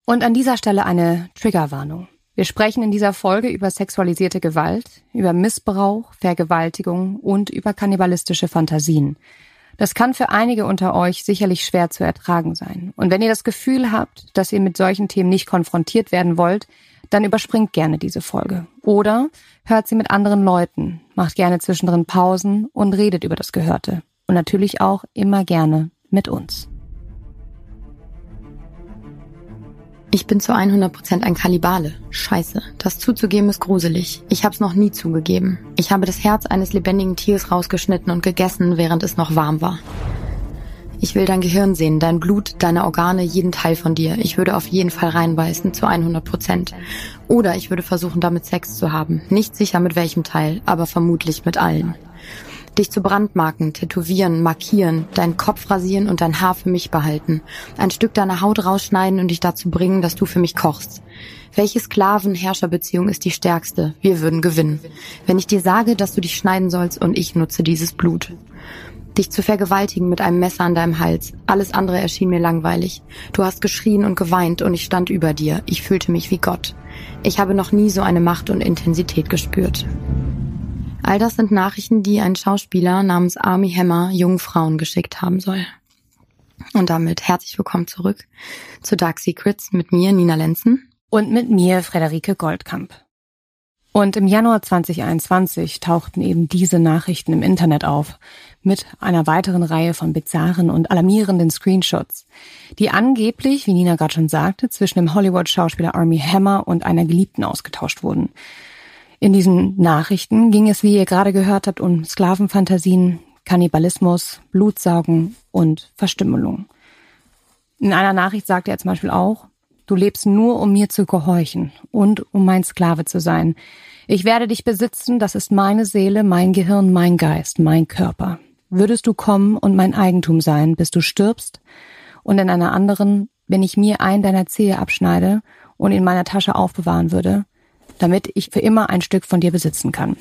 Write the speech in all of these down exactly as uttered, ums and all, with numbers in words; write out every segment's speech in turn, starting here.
Und an dieser Stelle eine Triggerwarnung. Wir sprechen in dieser Folge über sexualisierte Gewalt, über Missbrauch, Vergewaltigung und über kannibalistische Fantasien. Das kann für einige unter euch sicherlich schwer zu ertragen sein. Und wenn ihr das Gefühl habt, dass ihr mit solchen Themen nicht konfrontiert werden wollt, dann überspringt gerne diese Folge. Oder hört sie mit anderen Leuten, macht gerne zwischendrin Pausen und redet über das Gehörte. Und natürlich auch immer gerne mit uns. Ich bin zu hundert Prozent ein Kannibale. Scheiße. Das zuzugeben ist gruselig. Ich hab's noch nie zugegeben. Ich habe das Herz eines lebendigen Tiers rausgeschnitten und gegessen, während es noch warm war. Ich will dein Gehirn sehen, dein Blut, deine Organe, jeden Teil von dir. Ich würde auf jeden Fall reinbeißen, zu hundert Prozent. Oder ich würde versuchen, damit Sex zu haben. Nicht sicher mit welchem Teil, aber vermutlich mit allen. Dich zu brandmarken, tätowieren, markieren, deinen Kopf rasieren und dein Haar für mich behalten. Ein Stück deiner Haut rausschneiden und dich dazu bringen, dass du für mich kochst. Welche Sklaven-Herrscher-Beziehung ist die stärkste? Wir würden gewinnen. Wenn ich dir sage, dass du dich schneiden sollst und ich nutze dieses Blut. Dich zu vergewaltigen mit einem Messer an deinem Hals. Alles andere erschien mir langweilig. Du hast geschrien und geweint und ich stand über dir. Ich fühlte mich wie Gott. Ich habe noch nie so eine Macht und Intensität gespürt. All das sind Nachrichten, die ein Schauspieler namens Armie Hammer jungen Frauen geschickt haben soll. Und damit herzlich willkommen zurück zu Dark Secrets mit mir, Nina Lenzen. Und mit mir, Frederike Goldkamp. Und im Januar zwanzig einundzwanzig tauchten eben diese Nachrichten im Internet auf, mit einer weiteren Reihe von bizarren und alarmierenden Screenshots, die angeblich, wie Nina gerade schon sagte, zwischen dem Hollywood-Schauspieler Armie Hammer und einer Geliebten ausgetauscht wurden. In diesen Nachrichten ging es, wie ihr gerade gehört habt, um Sklavenfantasien, Kannibalismus, Blutsaugen und Verstümmelung. In einer Nachricht sagte er zum Beispiel auch: Du lebst nur, um mir zu gehorchen und um mein Sklave zu sein. Ich werde dich besitzen, das ist meine Seele, mein Gehirn, mein Geist, mein Körper. Würdest du kommen und mein Eigentum sein, bis du stirbst? Und in einer anderen, wenn ich mir einen deiner Zehe abschneide und in meiner Tasche aufbewahren würde, damit ich für immer ein Stück von dir besitzen kann.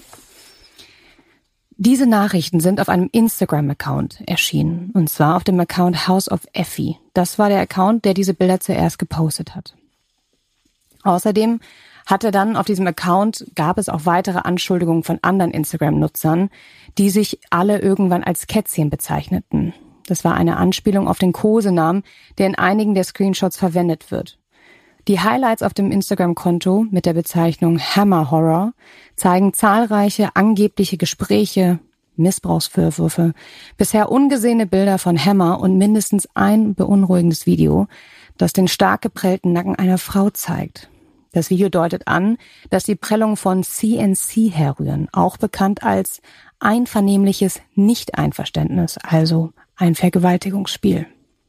Diese Nachrichten sind auf einem Instagram-Account erschienen, und zwar auf dem Account House of Effie. Das war der Account, der diese Bilder zuerst gepostet hat. Außerdem hatte dann auf diesem Account, gab es auch weitere Anschuldigungen von anderen Instagram-Nutzern, die sich alle irgendwann als Kätzchen bezeichneten. Das war eine Anspielung auf den Kosenamen, der in einigen der Screenshots verwendet wird. Die Highlights auf dem Instagram-Konto mit der Bezeichnung Hammer Horror zeigen zahlreiche angebliche Gespräche, Missbrauchsvorwürfe, bisher ungesehene Bilder von Hammer und mindestens ein beunruhigendes Video, das den stark geprellten Nacken einer Frau zeigt. Das Video deutet an, dass die Prellungen von C N C herrühren, auch bekannt als einvernehmliches Nicht-Einverständnis, also ein Vergewaltigungsspiel.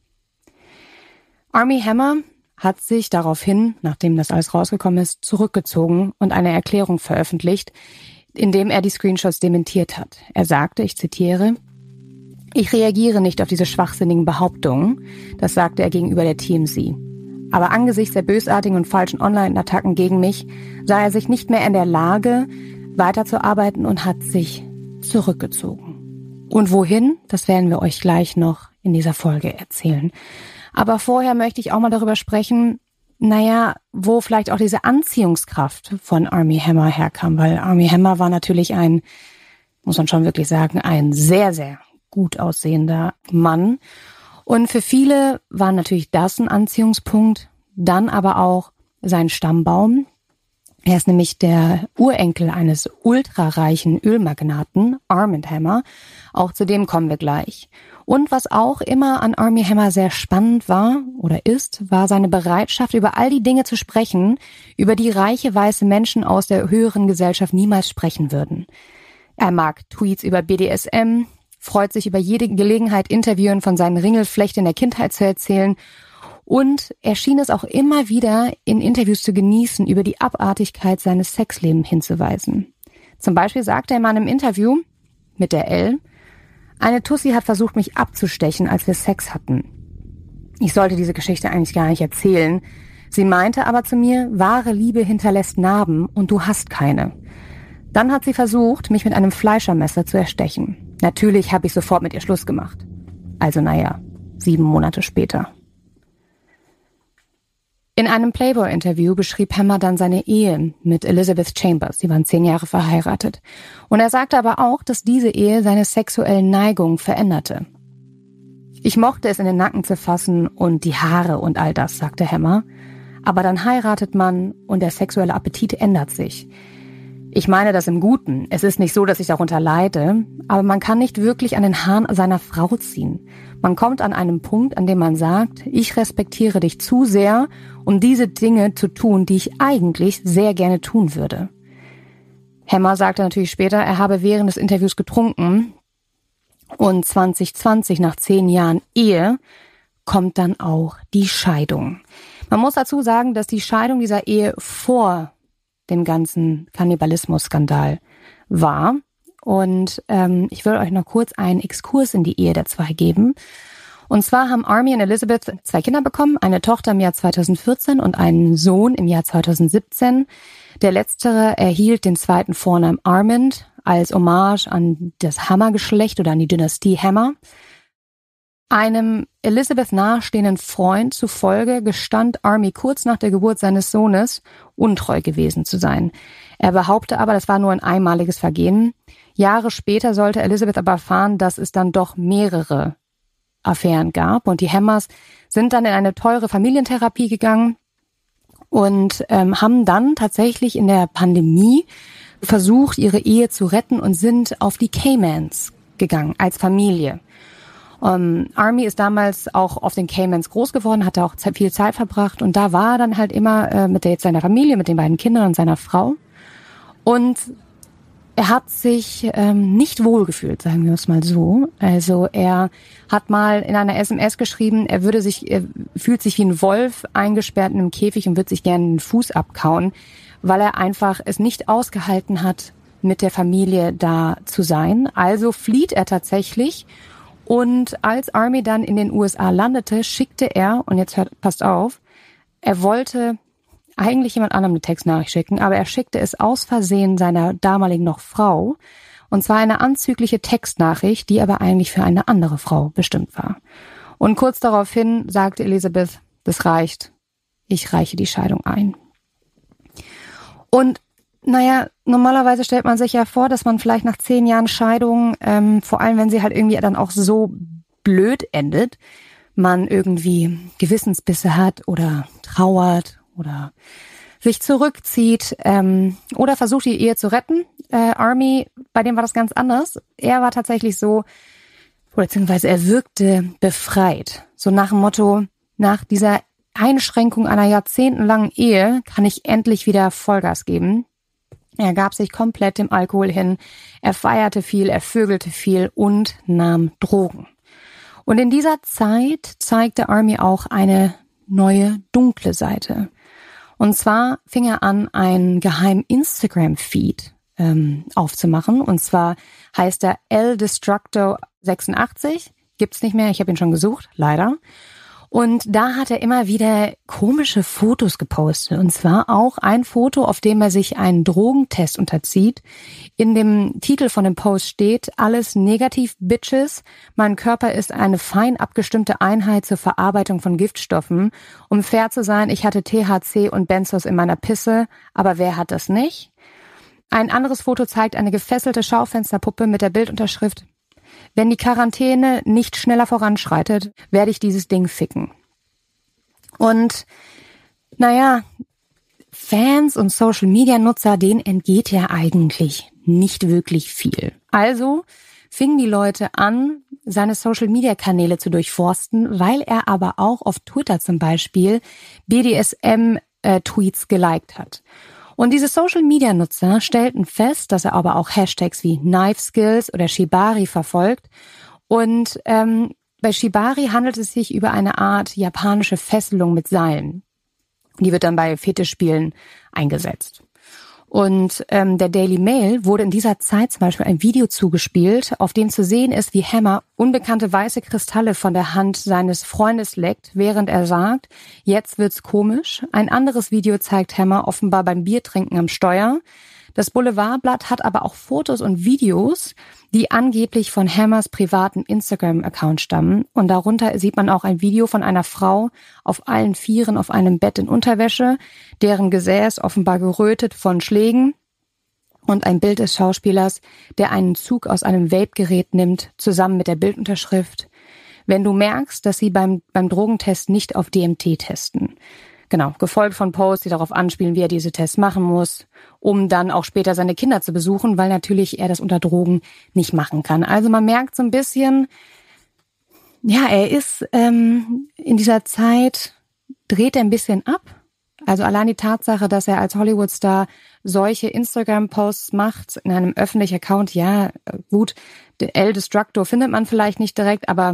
Armie Hammer hat sich daraufhin, nachdem das alles rausgekommen ist, zurückgezogen und eine Erklärung veröffentlicht, in dem er die Screenshots dementiert hat. Er sagte, ich zitiere: Ich reagiere nicht auf diese schwachsinnigen Behauptungen, das sagte er gegenüber der T M Z. Aber angesichts der bösartigen und falschen Online-Attacken gegen mich sah er sich nicht mehr in der Lage, weiterzuarbeiten und hat sich zurückgezogen. Und wohin? Das werden wir euch gleich noch in dieser Folge erzählen. Aber vorher möchte ich auch mal darüber sprechen, naja, wo vielleicht auch diese Anziehungskraft von Armie Hammer herkam, weil Armie Hammer war natürlich ein, muss man schon wirklich sagen, ein sehr, sehr gut aussehender Mann. Und für viele war natürlich das ein Anziehungspunkt, dann aber auch sein Stammbaum. Er ist nämlich der Urenkel eines ultrareichen Ölmagnaten, Armand Hammer. Auch zu dem kommen wir gleich. Und was auch immer an Armie Hammer sehr spannend war oder ist, war seine Bereitschaft, über all die Dinge zu sprechen, über die reiche weiße Menschen aus der höheren Gesellschaft niemals sprechen würden. Er mag Tweets über B D S M, freut sich über jede Gelegenheit, Interviewen von seinen Ringelflechten in der Kindheit zu erzählen, und er schien es auch immer wieder in Interviews zu genießen, über die Abartigkeit seines Sexlebens hinzuweisen. Zum Beispiel sagte er mal in einem Interview mit der Elle: Eine Tussi hat versucht, mich abzustechen, als wir Sex hatten. Ich sollte diese Geschichte eigentlich gar nicht erzählen. Sie meinte aber zu mir, wahre Liebe hinterlässt Narben und du hast keine. Dann hat sie versucht, mich mit einem Fleischermesser zu erstechen. Natürlich habe ich sofort mit ihr Schluss gemacht. Also naja, sieben Monate später. In einem Playboy-Interview beschrieb Hammer dann seine Ehe mit Elizabeth Chambers. Sie waren zehn Jahre verheiratet. Und er sagte aber auch, dass diese Ehe seine sexuellen Neigungen veränderte. Ich mochte es, in den Nacken zu fassen und die Haare und all das, sagte Hammer. Aber dann heiratet man und der sexuelle Appetit ändert sich. Ich meine das im Guten. Es ist nicht so, dass ich darunter leide, aber man kann nicht wirklich an den Haaren seiner Frau ziehen. Man kommt an einem Punkt, an dem man sagt, ich respektiere dich zu sehr, um diese Dinge zu tun, die ich eigentlich sehr gerne tun würde. Hammer sagte natürlich später, er habe während des Interviews getrunken und zwanzig zwanzig, nach zehn Jahren Ehe, kommt dann auch die Scheidung. Man muss dazu sagen, dass die Scheidung dieser Ehe vor dem ganzen Kannibalismus-Skandal war. Und ähm, ich will euch noch kurz einen Exkurs in die Ehe der zwei geben. Und zwar haben Army und Elizabeth zwei Kinder bekommen, eine Tochter im Jahr zweitausendvierzehn und einen Sohn im Jahr zweitausendsiebzehn. Der letztere erhielt den zweiten Vornamen Armand als Hommage an das Hammer-Geschlecht oder an die Dynastie Hammer. Einem Elizabeth nahestehenden Freund zufolge gestand Army kurz nach der Geburt seines Sohnes, untreu gewesen zu sein. Er behauptete aber, das war nur ein einmaliges Vergehen. Jahre später sollte Elizabeth aber erfahren, dass es dann doch mehrere Affären gab. Und die Hammers sind dann in eine teure Familientherapie gegangen und ähm, haben dann tatsächlich in der Pandemie versucht, ihre Ehe zu retten und sind auf die Caymans gegangen als Familie. Um, Army ist damals auch auf den Caymans groß geworden, hat da auch viel Zeit verbracht und da war er dann halt immer äh, mit der, jetzt seiner Familie, mit den beiden Kindern und seiner Frau. Und er hat sich ähm, nicht wohlgefühlt, sagen wir es mal so. Also er hat mal in einer S M S geschrieben, er würde sich, er fühlt sich wie ein Wolf eingesperrt in einem Käfig und wird sich gerne den Fuß abkauen, weil er einfach es nicht ausgehalten hat, mit der Familie da zu sein. Also flieht er tatsächlich. Und als Army dann in den U S A landete, schickte er, und jetzt hört, passt auf, er wollte eigentlich jemand anderem eine Textnachricht schicken, aber er schickte es aus Versehen seiner damaligen noch Frau, und zwar eine anzügliche Textnachricht, die aber eigentlich für eine andere Frau bestimmt war. Und kurz daraufhin sagte Elizabeth, das reicht, ich reiche die Scheidung ein. Und naja, normalerweise stellt man sich ja vor, dass man vielleicht nach zehn Jahren Scheidung, ähm, vor allem wenn sie halt irgendwie dann auch so blöd endet, man irgendwie Gewissensbisse hat oder trauert oder sich zurückzieht ähm, oder versucht, die Ehe zu retten. Äh, Army, bei dem war das ganz anders. Er war tatsächlich so, oder beziehungsweise er wirkte befreit. So nach dem Motto, nach dieser Einschränkung einer jahrzehntelangen Ehe kann ich endlich wieder Vollgas geben. Er gab sich komplett dem Alkohol hin, er feierte viel, er vögelte viel und nahm Drogen. Und in dieser Zeit zeigte Army auch eine neue dunkle Seite. Und zwar fing er an, einen geheimen Instagram-Feed ähm, aufzumachen. Und zwar heißt er El Destructo sechsundachtzig. Gibt's nicht mehr, ich habe ihn schon gesucht, leider. Und da hat er immer wieder komische Fotos gepostet. Und zwar auch ein Foto, auf dem er sich einen Drogentest unterzieht. In dem Titel von dem Post steht, alles negativ, Bitches. Mein Körper ist eine fein abgestimmte Einheit zur Verarbeitung von Giftstoffen. Um fair zu sein, ich hatte T H C und Benzos in meiner Pisse. Aber wer hat das nicht? Ein anderes Foto zeigt eine gefesselte Schaufensterpuppe mit der Bildunterschrift: Wenn die Quarantäne nicht schneller voranschreitet, werde ich dieses Ding ficken. Und naja, Fans und Social-Media-Nutzer, denen entgeht ja eigentlich nicht wirklich viel. Also fingen die Leute an, seine Social-Media-Kanäle zu durchforsten, weil er aber auch auf Twitter zum Beispiel B D S M-Tweets geliked hat. Und diese Social-Media-Nutzer stellten fest, dass er aber auch Hashtags wie Knife Skills oder Shibari verfolgt. Und ähm, bei Shibari handelt es sich über eine Art japanische Fesselung mit Seilen. Die wird dann bei Fetischspielen eingesetzt. Und ähm, der Daily Mail wurde in dieser Zeit zum Beispiel ein Video zugespielt, auf dem zu sehen ist, wie Hammer unbekannte weiße Kristalle von der Hand seines Freundes leckt, während er sagt, jetzt wird's komisch. Ein anderes Video zeigt Hammer offenbar beim Biertrinken am Steuer. Das Boulevardblatt hat aber auch Fotos und Videos, die angeblich von Hammers privaten Instagram-Account stammen. Und darunter sieht man auch ein Video von einer Frau auf allen Vieren auf einem Bett in Unterwäsche, deren Gesäß offenbar gerötet von Schlägen. Und ein Bild des Schauspielers, der einen Zug aus einem Vape-Gerät nimmt, zusammen mit der Bildunterschrift: Wenn du merkst, dass sie beim, beim Drogentest nicht auf D M T testen. Genau, gefolgt von Posts, die darauf anspielen, wie er diese Tests machen muss, um dann auch später seine Kinder zu besuchen, weil natürlich er das unter Drogen nicht machen kann. Also man merkt so ein bisschen, ja, er ist ähm, in dieser Zeit, dreht er ein bisschen ab. Also allein die Tatsache, dass er als Hollywood-Star solche Instagram-Posts macht in einem öffentlichen Account, ja, gut, El Destructor findet man vielleicht nicht direkt, aber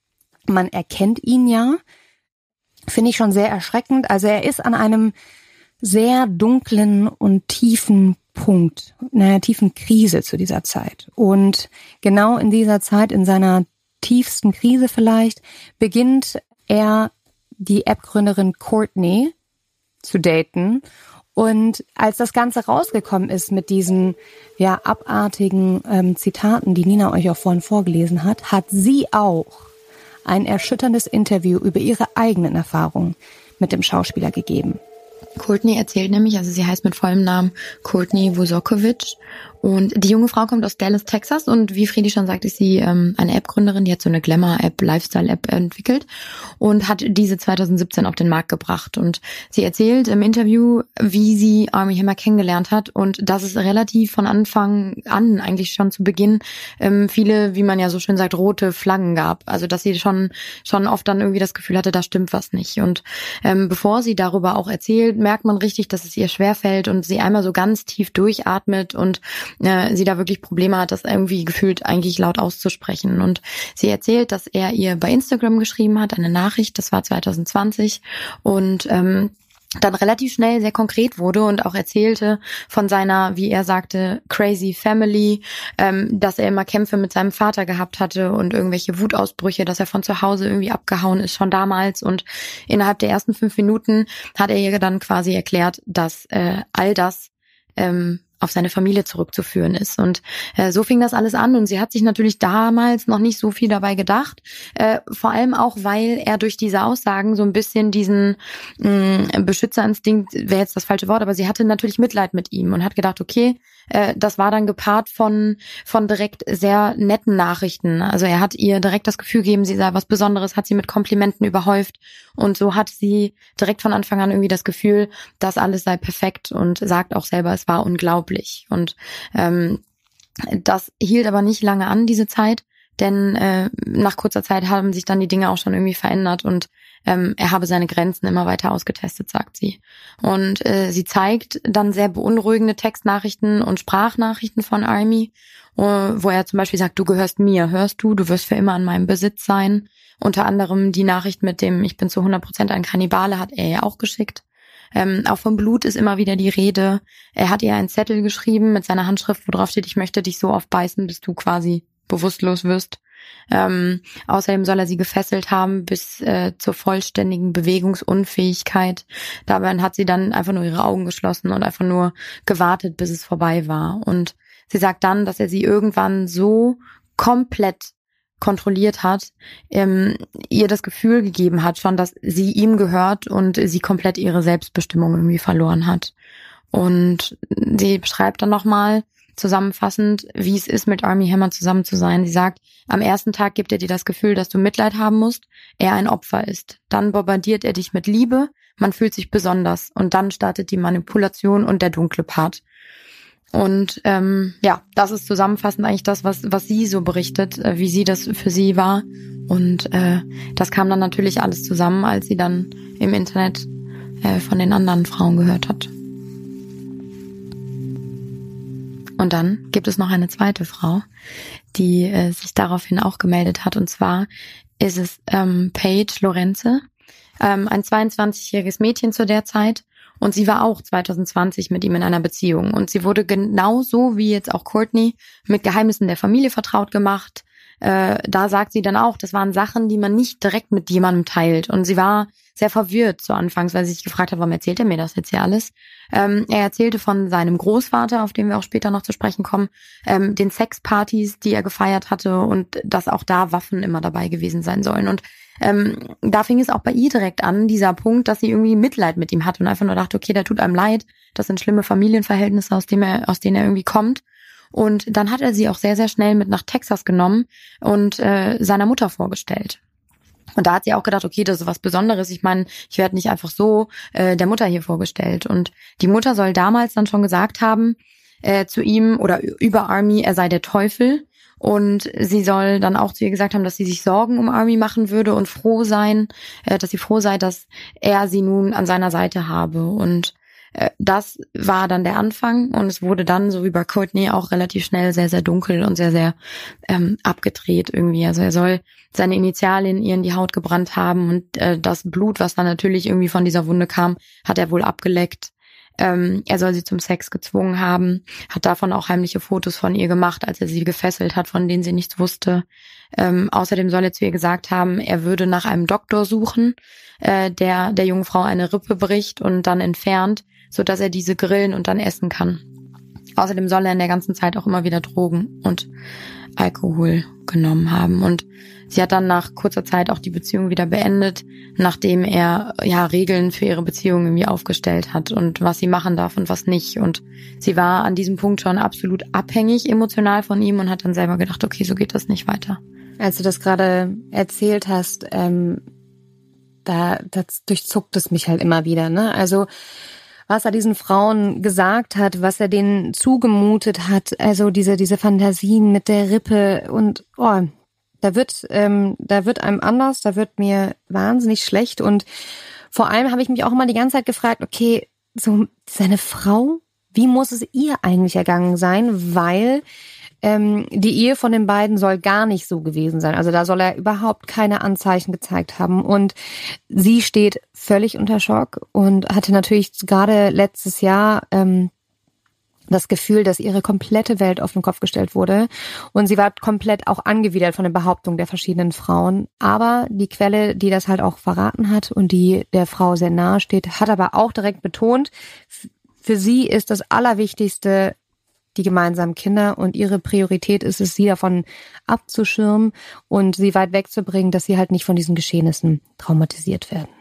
man erkennt ihn ja. Finde ich schon sehr erschreckend. Also er ist an einem sehr dunklen und tiefen Punkt, einer tiefen Krise zu dieser Zeit. Und genau in dieser Zeit, in seiner tiefsten Krise vielleicht, beginnt er die App-Gründerin Courtney zu daten. Und als das Ganze rausgekommen ist mit diesen ja abartigen ähm, Zitaten, die Nina euch auch vorhin vorgelesen hat, hat sie auch ein erschütterndes Interview über ihre eigenen Erfahrungen mit dem Schauspieler gegeben. Courtney erzählt nämlich, also sie heißt mit vollem Namen Courtney Wosokovic, und die junge Frau kommt aus Dallas, Texas, und wie Friedi schon sagt, ist sie ähm, eine App-Gründerin, die hat so eine Glamour-App, Lifestyle-App entwickelt und hat diese zwanzig siebzehn auf den Markt gebracht. Und sie erzählt im Interview, wie sie Armie Hammer kennengelernt hat und dass es relativ von Anfang an, eigentlich schon zu Beginn, ähm, viele, wie man ja so schön sagt, rote Flaggen gab. Also dass sie schon schon oft dann irgendwie das Gefühl hatte, da stimmt was nicht. Und ähm, bevor sie darüber auch erzählt, merkt man richtig, dass es ihr schwerfällt und sie einmal so ganz tief durchatmet und äh, sie da wirklich Probleme hat, das irgendwie gefühlt eigentlich laut auszusprechen. Und sie erzählt, dass er ihr bei Instagram geschrieben hat, eine Nachricht, das war zwanzig zwanzig, und ähm, dann relativ schnell sehr konkret wurde und auch erzählte von seiner, wie er sagte, crazy family, ähm, dass er immer Kämpfe mit seinem Vater gehabt hatte und irgendwelche Wutausbrüche, dass er von zu Hause irgendwie abgehauen ist schon damals. Und innerhalb der ersten fünf Minuten hat er ihr dann quasi erklärt, dass äh, all das ähm, auf seine Familie zurückzuführen ist. Und äh, so fing das alles an, und sie hat sich natürlich damals noch nicht so viel dabei gedacht, äh, vor allem auch, weil er durch diese Aussagen so ein bisschen diesen mh, Beschützerinstinkt, wäre jetzt das falsche Wort, aber sie hatte natürlich Mitleid mit ihm und hat gedacht, okay, äh, das war dann gepaart von von direkt sehr netten Nachrichten. Also er hat ihr direkt das Gefühl gegeben, sie sei was Besonderes, hat sie mit Komplimenten überhäuft, und so hat sie direkt von Anfang an irgendwie das Gefühl, dass alles sei perfekt, und sagt auch selber, es war unglaublich. Und ähm, das hielt aber nicht lange an, diese Zeit, denn äh, nach kurzer Zeit haben sich dann die Dinge auch schon irgendwie verändert, und ähm, er habe seine Grenzen immer weiter ausgetestet, sagt sie. Und äh, sie zeigt dann sehr beunruhigende Textnachrichten und Sprachnachrichten von Armie, wo er zum Beispiel sagt, du gehörst mir, hörst du, du wirst für immer in meinem Besitz sein. Unter anderem die Nachricht mit dem, ich bin zu hundert Prozent ein Kannibale, hat er ja auch geschickt. Ähm, auch vom Blut ist immer wieder die Rede. Er hat ihr einen Zettel geschrieben mit seiner Handschrift, wo drauf steht, ich möchte dich so oft beißen, bis du quasi bewusstlos wirst. Ähm, außerdem soll er sie gefesselt haben bis äh, zur vollständigen Bewegungsunfähigkeit. Dabei hat sie dann einfach nur ihre Augen geschlossen und einfach nur gewartet, bis es vorbei war. Und sie sagt dann, dass er sie irgendwann so komplett kontrolliert hat, ähm, ihr das Gefühl gegeben hat schon, dass sie ihm gehört und sie komplett ihre Selbstbestimmung irgendwie verloren hat. Und sie beschreibt dann nochmal zusammenfassend, wie es ist, mit Armie Hammer zusammen zu sein. Sie sagt, am ersten Tag gibt er dir das Gefühl, dass du Mitleid haben musst, er ein Opfer ist. Dann bombardiert er dich mit Liebe, man fühlt sich besonders, und dann startet die Manipulation und der dunkle Part. Und ähm, ja, das ist zusammenfassend eigentlich das, was was sie so berichtet, äh, wie sie das für sie war. Und äh, das kam dann natürlich alles zusammen, als sie dann im Internet äh, von den anderen Frauen gehört hat. Und dann gibt es noch eine zweite Frau, die äh, sich daraufhin auch gemeldet hat. Und zwar ist es ähm, Paige Lorenze, ähm, ein zweiundzwanzigjähriges Mädchen zu der Zeit. Und sie war auch zwanzig zwanzig mit ihm in einer Beziehung. Und sie wurde genauso wie jetzt auch Courtney mit Geheimnissen der Familie vertraut gemacht. Äh, da sagt sie dann auch, das waren Sachen, die man nicht direkt mit jemandem teilt. Und sie war sehr verwirrt zu Anfangs, weil sie sich gefragt hat, warum erzählt er mir das jetzt hier alles? Ähm, er erzählte von seinem Großvater, auf den wir auch später noch zu sprechen kommen, ähm, den Sexpartys, die er gefeiert hatte und dass auch da Waffen immer dabei gewesen sein sollen. Und ähm, da fing es auch bei ihr direkt an, dieser Punkt, dass sie irgendwie Mitleid mit ihm hat und einfach nur dachte, okay, der tut einem leid, das sind schlimme Familienverhältnisse, aus dem er, aus denen er irgendwie kommt. Und dann hat er sie auch sehr, sehr schnell mit nach Texas genommen und äh, seiner Mutter vorgestellt. Und da hat sie auch gedacht, okay, das ist was Besonderes. Ich meine, ich werde nicht einfach so äh, der Mutter hier vorgestellt. Und die Mutter soll damals dann schon gesagt haben äh, zu ihm oder über Army, er sei der Teufel. Und sie soll dann auch zu ihr gesagt haben, dass sie sich Sorgen um Army machen würde und froh sein, äh, dass sie froh sei, dass er sie nun an seiner Seite habe. Und äh, das war dann der Anfang. Und es wurde dann, so wie bei Courtney, auch relativ schnell sehr, sehr dunkel und sehr, sehr ähm, abgedreht irgendwie. Also er soll seine Initialien ihr in die Haut gebrannt haben und äh, das Blut, was dann natürlich irgendwie von dieser Wunde kam, hat er wohl abgeleckt. Ähm, er soll sie zum Sex gezwungen haben, hat davon auch heimliche Fotos von ihr gemacht, als er sie gefesselt hat, von denen sie nichts wusste. Ähm, außerdem soll er zu ihr gesagt haben, er würde nach einem Doktor suchen, äh, der der jungen Frau eine Rippe bricht und dann entfernt, sodass er diese grillen und dann essen kann. Außerdem soll er in der ganzen Zeit auch immer wieder Drogen und Alkohol genommen haben. Und sie hat dann nach kurzer Zeit auch die Beziehung wieder beendet, nachdem er ja Regeln für ihre Beziehung irgendwie aufgestellt hat und was sie machen darf und was nicht. Und sie war an diesem Punkt schon absolut abhängig emotional von ihm und hat dann selber gedacht, okay, so geht das nicht weiter. Als du das gerade erzählt hast, ähm, da das durchzuckt es mich halt immer wieder, ne? Also was er diesen Frauen gesagt hat, was er denen zugemutet hat, also diese diese Fantasien mit der Rippe und oh, da wird ähm, da wird einem anders, da wird mir wahnsinnig schlecht und vor allem habe ich mich auch immer die ganze Zeit gefragt, okay, so seine Frau, wie muss es ihr eigentlich ergangen sein, weil ähm, die Ehe von den beiden soll gar nicht so gewesen sein. Also da soll er überhaupt keine Anzeichen gezeigt haben. Und sie steht völlig unter Schock und hatte natürlich gerade letztes Jahr ähm, das Gefühl, dass ihre komplette Welt auf den Kopf gestellt wurde. Und sie war komplett auch angewidert von den Behauptungen der verschiedenen Frauen. Aber die Quelle, die das halt auch verraten hat und die der Frau sehr nahe steht, hat aber auch direkt betont, für sie ist das Allerwichtigste die gemeinsamen Kinder und ihre Priorität ist es, sie davon abzuschirmen und sie weit wegzubringen, dass sie halt nicht von diesen Geschehnissen traumatisiert werden.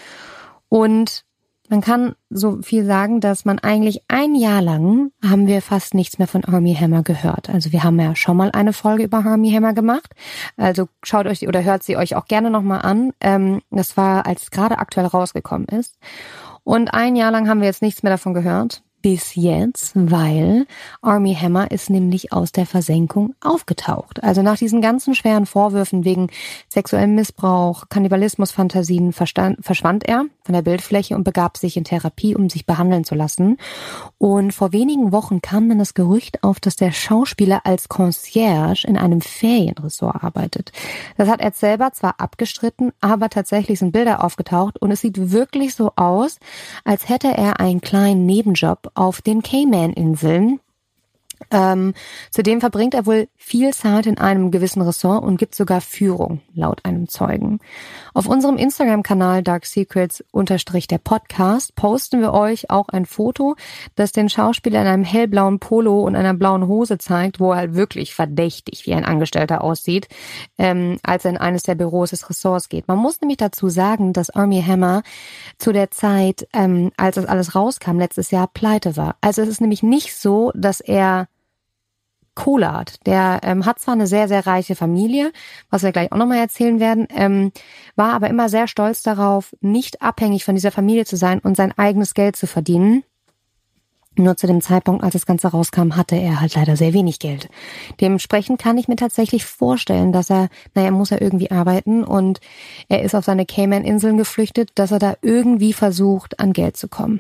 Und man kann so viel sagen, dass man eigentlich ein Jahr lang haben wir fast nichts mehr von Armie Hammer gehört. Also wir haben ja schon mal eine Folge über Armie Hammer gemacht. Also schaut euch oder hört sie euch auch gerne nochmal an. Das war, als es gerade aktuell rausgekommen ist. Und ein Jahr lang haben wir jetzt nichts mehr davon gehört. Bis jetzt, weil Armie Hammer ist nämlich aus der Versenkung aufgetaucht. Also nach diesen ganzen schweren Vorwürfen wegen sexuellem Missbrauch, Kannibalismus-Fantasien verstand, verschwand er von der Bildfläche und begab sich in Therapie, um sich behandeln zu lassen. Und vor wenigen Wochen kam dann das Gerücht auf, dass der Schauspieler als Concierge in einem Ferienresort arbeitet. Das hat er selber zwar abgestritten, aber tatsächlich sind Bilder aufgetaucht und es sieht wirklich so aus, als hätte er einen kleinen Nebenjob auf den Cayman-Inseln. Ähm, zudem verbringt er wohl viel Zeit in einem gewissen Ressort und gibt sogar Führung, laut einem Zeugen. Auf unserem Instagram-Kanal Dark Secrets unterstrich der Podcast posten wir euch auch ein Foto, das den Schauspieler in einem hellblauen Polo und einer blauen Hose zeigt, wo er halt wirklich verdächtig wie ein Angestellter aussieht, ähm, als er in eines der Büros des Ressorts geht. Man muss nämlich dazu sagen, dass Armie Hammer zu der Zeit, ähm, als das alles rauskam, letztes Jahr pleite war. Also es ist nämlich nicht so, dass er Kohle hat. Der ähm, hat zwar eine sehr, sehr reiche Familie, was wir gleich auch nochmal erzählen werden, ähm, war aber immer sehr stolz darauf, nicht abhängig von dieser Familie zu sein und sein eigenes Geld zu verdienen. Nur zu dem Zeitpunkt, als das Ganze rauskam, hatte er halt leider sehr wenig Geld. Dementsprechend kann ich mir tatsächlich vorstellen, dass er, naja, muss er irgendwie arbeiten und er ist auf seine Cayman-Inseln geflüchtet, dass er da irgendwie versucht, an Geld zu kommen.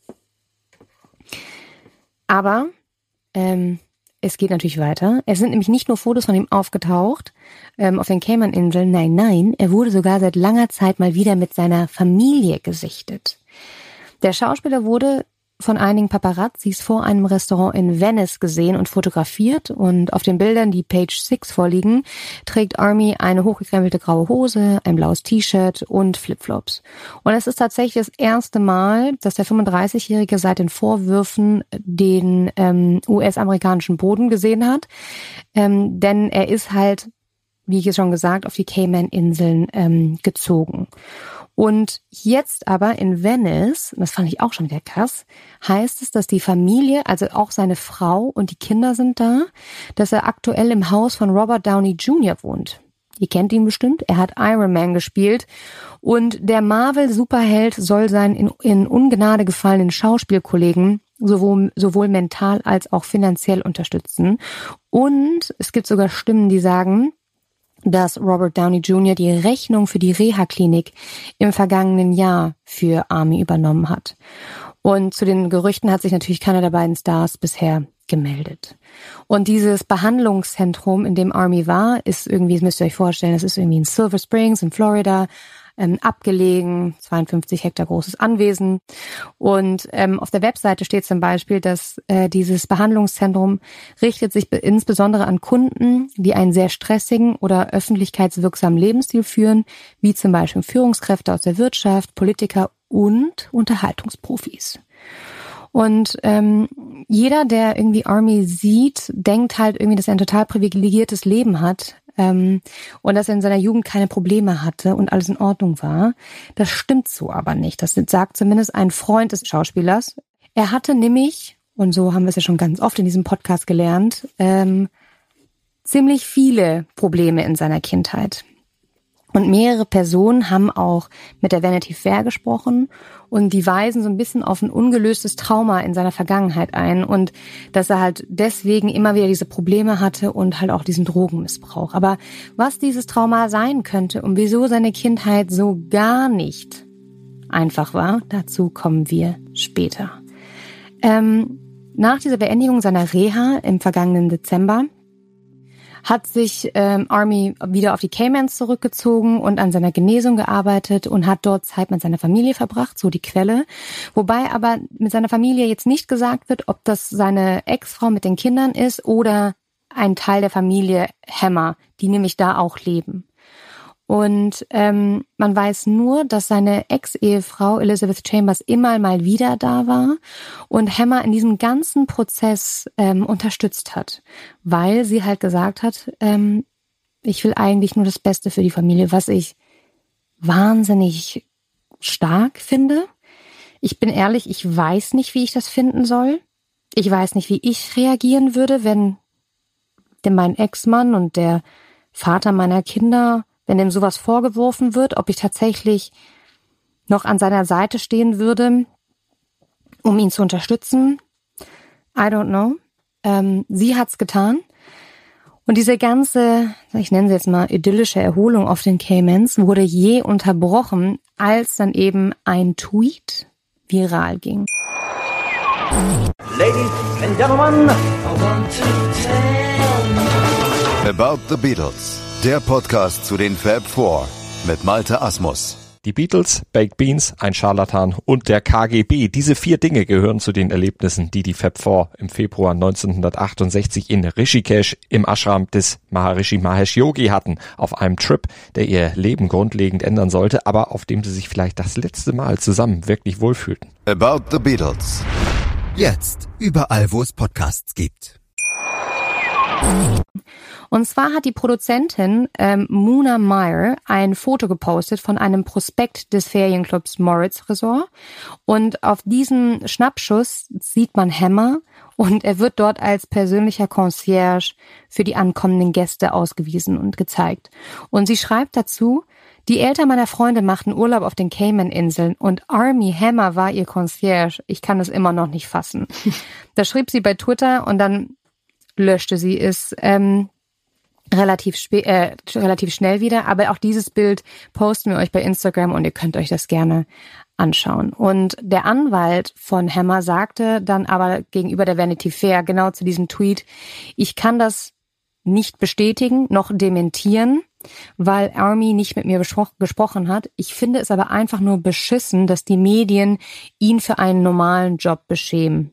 Aber, ähm, es geht natürlich weiter. Es sind nämlich nicht nur Fotos von ihm aufgetaucht ähm, auf den Cayman-Inseln. Nein, nein, er wurde sogar seit langer Zeit mal wieder mit seiner Familie gesichtet. Der Schauspieler wurde von einigen Paparazzis vor einem Restaurant in Venice gesehen und fotografiert. Und auf den Bildern, die Page six vorliegen, trägt Army eine hochgekrempelte graue Hose, ein blaues T-Shirt und Flipflops. Und es ist tatsächlich das erste Mal, dass der fünfunddreißigjährige seit den Vorwürfen den ähm, U S-amerikanischen Boden gesehen hat. Ähm, denn er ist halt, wie ich schon gesagt, auf die Cayman-Inseln ähm, gezogen. Und jetzt aber in Venice, das fand ich auch schon wieder krass, heißt es, dass die Familie, also auch seine Frau und die Kinder sind da, dass er aktuell im Haus von Robert Downey Junior wohnt. Ihr kennt ihn bestimmt, er hat Iron Man gespielt und der Marvel-Superheld soll seinen in, in Ungnade gefallenen Schauspielkollegen sowohl, sowohl mental als auch finanziell unterstützen. Und es gibt sogar Stimmen, die sagen, dass Robert Downey Junior die Rechnung für die Reha-Klinik im vergangenen Jahr für Army übernommen hat. Und zu den Gerüchten hat sich natürlich keiner der beiden Stars bisher gemeldet. Und dieses Behandlungszentrum, in dem Army war, ist irgendwie, das müsst ihr euch vorstellen, das ist irgendwie in Silver Springs in Florida, ähm, abgelegen, zweiundfünfzig Hektar großes Anwesen. Und ähm, auf der Webseite steht zum Beispiel, dass äh, dieses Behandlungszentrum richtet sich be- insbesondere an Kunden, die einen sehr stressigen oder öffentlichkeitswirksamen Lebensstil führen, wie zum Beispiel Führungskräfte aus der Wirtschaft, Politiker und Unterhaltungsprofis. Und ähm, jeder, der irgendwie Army sieht, denkt halt irgendwie, dass er ein total privilegiertes Leben hat ähm, und dass er in seiner Jugend keine Probleme hatte und alles in Ordnung war. Das stimmt so aber nicht. Das sagt zumindest ein Freund des Schauspielers. Er hatte nämlich, und so haben wir es ja schon ganz oft in diesem Podcast gelernt, ähm, ziemlich viele Probleme in seiner Kindheit. Und mehrere Personen haben auch mit der Vanity Fair gesprochen und die weisen so ein bisschen auf ein ungelöstes Trauma in seiner Vergangenheit ein und dass er halt deswegen immer wieder diese Probleme hatte und halt auch diesen Drogenmissbrauch. Aber was dieses Trauma sein könnte und wieso seine Kindheit so gar nicht einfach war, dazu kommen wir später. Ähm, nach dieser Beendigung seiner Reha im vergangenen Dezember hat sich ähm, Army wieder auf die Caymans zurückgezogen und an seiner Genesung gearbeitet und hat dort Zeit mit seiner Familie verbracht, so die Quelle. Wobei aber mit seiner Familie jetzt nicht gesagt wird, ob das seine Ex-Frau mit den Kindern ist oder ein Teil der Familie Hammer, die nämlich da auch leben. Und ähm, man weiß nur, dass seine Ex-Ehefrau Elizabeth Chambers immer mal wieder da war und Hammer in diesem ganzen Prozess ähm, unterstützt hat, weil sie halt gesagt hat, ähm, ich will eigentlich nur das Beste für die Familie, was ich wahnsinnig stark finde. Ich bin ehrlich, ich weiß nicht, wie ich das finden soll. Ich weiß nicht, wie ich reagieren würde, wenn dem mein Ex-Mann und der Vater meiner Kinder, wenn dem sowas vorgeworfen wird, ob ich tatsächlich noch an seiner Seite stehen würde, um ihn zu unterstützen. I don't know. Ähm, sie hat's getan. Und diese ganze, ich nenne sie jetzt mal idyllische Erholung auf den Caymans wurde je unterbrochen, als dann eben ein Tweet viral ging. Ladies and gentlemen, I want to tell you About the Beatles. Der Podcast zu den Fab Four mit Malte Asmus. Die Beatles, Baked Beans, ein Scharlatan und der K G B. Diese vier Dinge gehören zu den Erlebnissen, die die Fab Four im Februar neunzehnhundertachtundsechzig in Rishikesh im Ashram des Maharishi Mahesh Yogi hatten. Auf einem Trip, der ihr Leben grundlegend ändern sollte, aber auf dem sie sich vielleicht das letzte Mal zusammen wirklich wohlfühlten. About the Beatles. Jetzt überall, wo es Podcasts gibt. Und zwar hat die Produzentin ähm, Muna Meyer ein Foto gepostet von einem Prospekt des Ferienclubs Moritz Resort. Und auf diesem Schnappschuss sieht man Hammer und er wird dort als persönlicher Concierge für die ankommenden Gäste ausgewiesen und gezeigt. Und sie schreibt dazu, die Eltern meiner Freunde machten Urlaub auf den Cayman-Inseln und Army Hammer war ihr Concierge. Ich kann es immer noch nicht fassen. Das schrieb sie bei Twitter und dann löschte sie es ähm, relativ spä- äh, relativ schnell wieder. Aber auch dieses Bild posten wir euch bei Instagram und ihr könnt euch das gerne anschauen. Und der Anwalt von Hammer sagte dann aber gegenüber der Vanity Fair genau zu diesem Tweet, ich kann das nicht bestätigen noch dementieren. weil Army nicht mit mir bespro- gesprochen hat. Ich finde es aber einfach nur beschissen, dass die Medien ihn für einen normalen Job beschämen.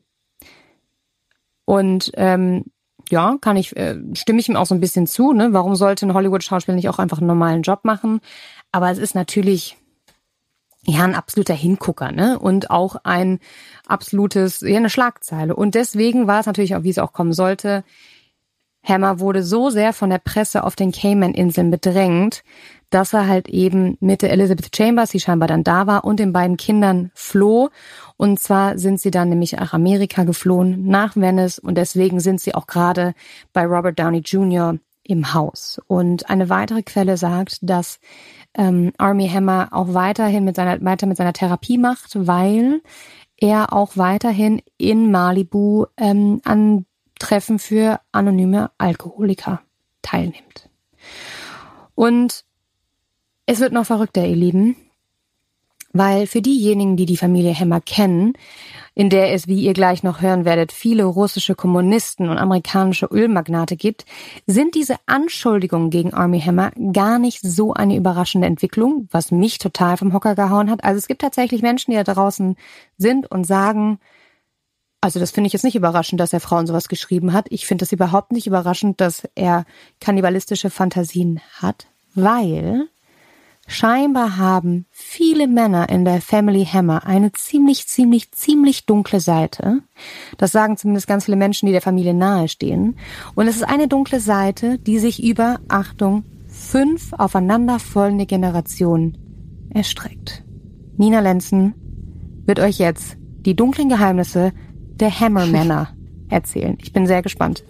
Und ähm, ja, kann ich, äh, stimme ich ihm auch so ein bisschen zu, ne? Warum sollte ein Hollywood-Schauspieler nicht auch einfach einen normalen Job machen? Aber es ist natürlich ja ein absoluter Hingucker, ne? Und auch ein absolutes, ja, eine Schlagzeile. Und deswegen war es natürlich auch, wie es auch kommen sollte, Hammer wurde so sehr von der Presse auf den Cayman-Inseln bedrängt, dass er halt eben mit der Elizabeth Chambers, die scheinbar dann da war, und den beiden Kindern floh. Und zwar sind sie dann nämlich nach Amerika geflohen, nach Venice. Und deswegen sind sie auch gerade bei Robert Downey Junior im Haus. Und eine weitere Quelle sagt, dass ähm, Armie Hammer auch weiterhin mit seiner, weiter mit seiner Therapie macht, weil er auch weiterhin in Malibu ähm, an Treffen für anonyme Alkoholiker teilnimmt. Und es wird noch verrückter, ihr Lieben, weil für diejenigen, die die Familie Hammer kennen, in der es, wie ihr gleich noch hören werdet, viele russische Kommunisten und amerikanische Ölmagnate gibt, sind diese Anschuldigungen gegen Armie Hammer gar nicht so eine überraschende Entwicklung, was mich total vom Hocker gehauen hat. Also es gibt tatsächlich Menschen, die da draußen sind und sagen, also das finde ich jetzt nicht überraschend, dass er Frauen sowas geschrieben hat. Ich finde es überhaupt nicht überraschend, dass er kannibalistische Fantasien hat, weil scheinbar haben viele Männer in der Family Hammer eine ziemlich, ziemlich, ziemlich dunkle Seite. Das sagen zumindest ganz viele Menschen, die der Familie nahestehen. Und es ist eine dunkle Seite, die sich über, Achtung, fünf aufeinanderfolgende Generationen erstreckt. Nina Lenzen wird euch jetzt die dunklen Geheimnisse der Hammer-Männer erzählen. Ich bin sehr gespannt.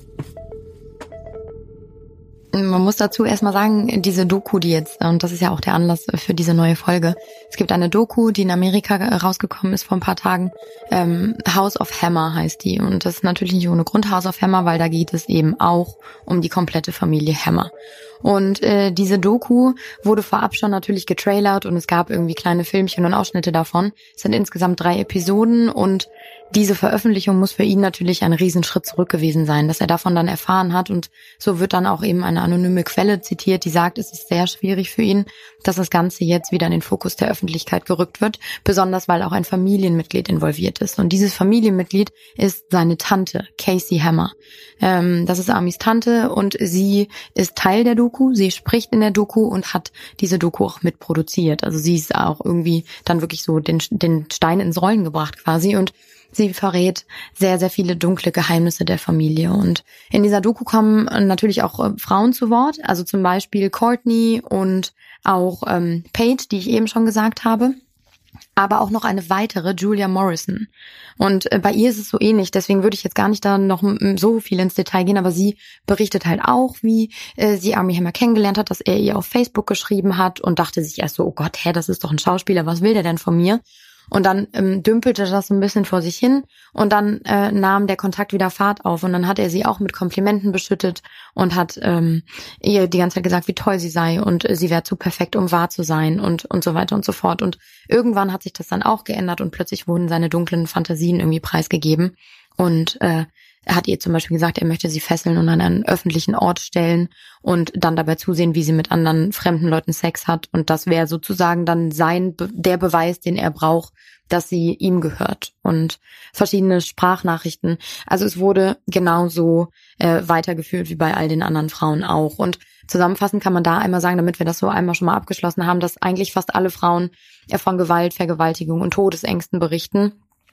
Man muss dazu erstmal sagen, diese Doku, die jetzt, und das ist ja auch der Anlass für diese neue Folge, es gibt eine Doku, die in Amerika rausgekommen ist vor ein paar Tagen, ähm, House of Hammer heißt die, und das ist natürlich nicht ohne Grund House of Hammer, weil da geht es eben auch um die komplette Familie Hammer. Und äh, diese Doku wurde vorab schon natürlich getrailert und es gab irgendwie kleine Filmchen und Ausschnitte davon. Es sind insgesamt drei Episoden und diese Veröffentlichung muss für ihn natürlich ein Riesenschritt zurück gewesen sein, dass er davon dann erfahren hat, und so wird dann auch eben eine anonyme Quelle zitiert, die sagt, es ist sehr schwierig für ihn, dass das Ganze jetzt wieder in den Fokus der Öffentlichkeit gerückt wird, besonders weil auch ein Familienmitglied involviert ist. Und dieses Familienmitglied ist seine Tante, Casey Hammer. Ähm, das ist Armies Tante und sie ist Teil der Doku, sie spricht in der Doku und hat diese Doku auch mitproduziert. Also sie ist auch irgendwie dann wirklich so den, den Stein ins Rollen gebracht quasi, und sie verrät sehr, sehr viele dunkle Geheimnisse der Familie. Und in dieser Doku kommen natürlich auch äh, Frauen zu Wort, also zum Beispiel Courtney und auch ähm, Paige, die ich eben schon gesagt habe, aber auch noch eine weitere, Julia Morrison. Und äh, bei ihr ist es so ähnlich, deswegen würde ich jetzt gar nicht da noch m- so viel ins Detail gehen, aber sie berichtet halt auch, wie äh, sie Armie Hammer kennengelernt hat, dass er ihr auf Facebook geschrieben hat und dachte sich erst so, oh Gott, hä, das ist doch ein Schauspieler, was will der denn von mir? Und dann ähm, dümpelte das so ein bisschen vor sich hin und dann äh, nahm der Kontakt wieder Fahrt auf und dann hat er sie auch mit Komplimenten beschüttet und hat ähm, ihr die ganze Zeit gesagt, wie toll sie sei und äh, sie wäre zu perfekt, um wahr zu sein und und so weiter und so fort. Und irgendwann hat sich das dann auch geändert und plötzlich wurden seine dunklen Fantasien irgendwie preisgegeben und äh, er hat ihr zum Beispiel gesagt, er möchte sie fesseln und an einen öffentlichen Ort stellen und dann dabei zusehen, wie sie mit anderen fremden Leuten Sex hat. Und das wäre sozusagen dann sein der Beweis, den er braucht, dass sie ihm gehört. Und verschiedene Sprachnachrichten. Also es wurde genauso äh, weitergeführt wie bei all den anderen Frauen auch. Und zusammenfassend kann man da einmal sagen, damit wir das so einmal schon mal abgeschlossen haben, dass eigentlich fast alle Frauen von Gewalt, Vergewaltigung und Todesängsten berichten.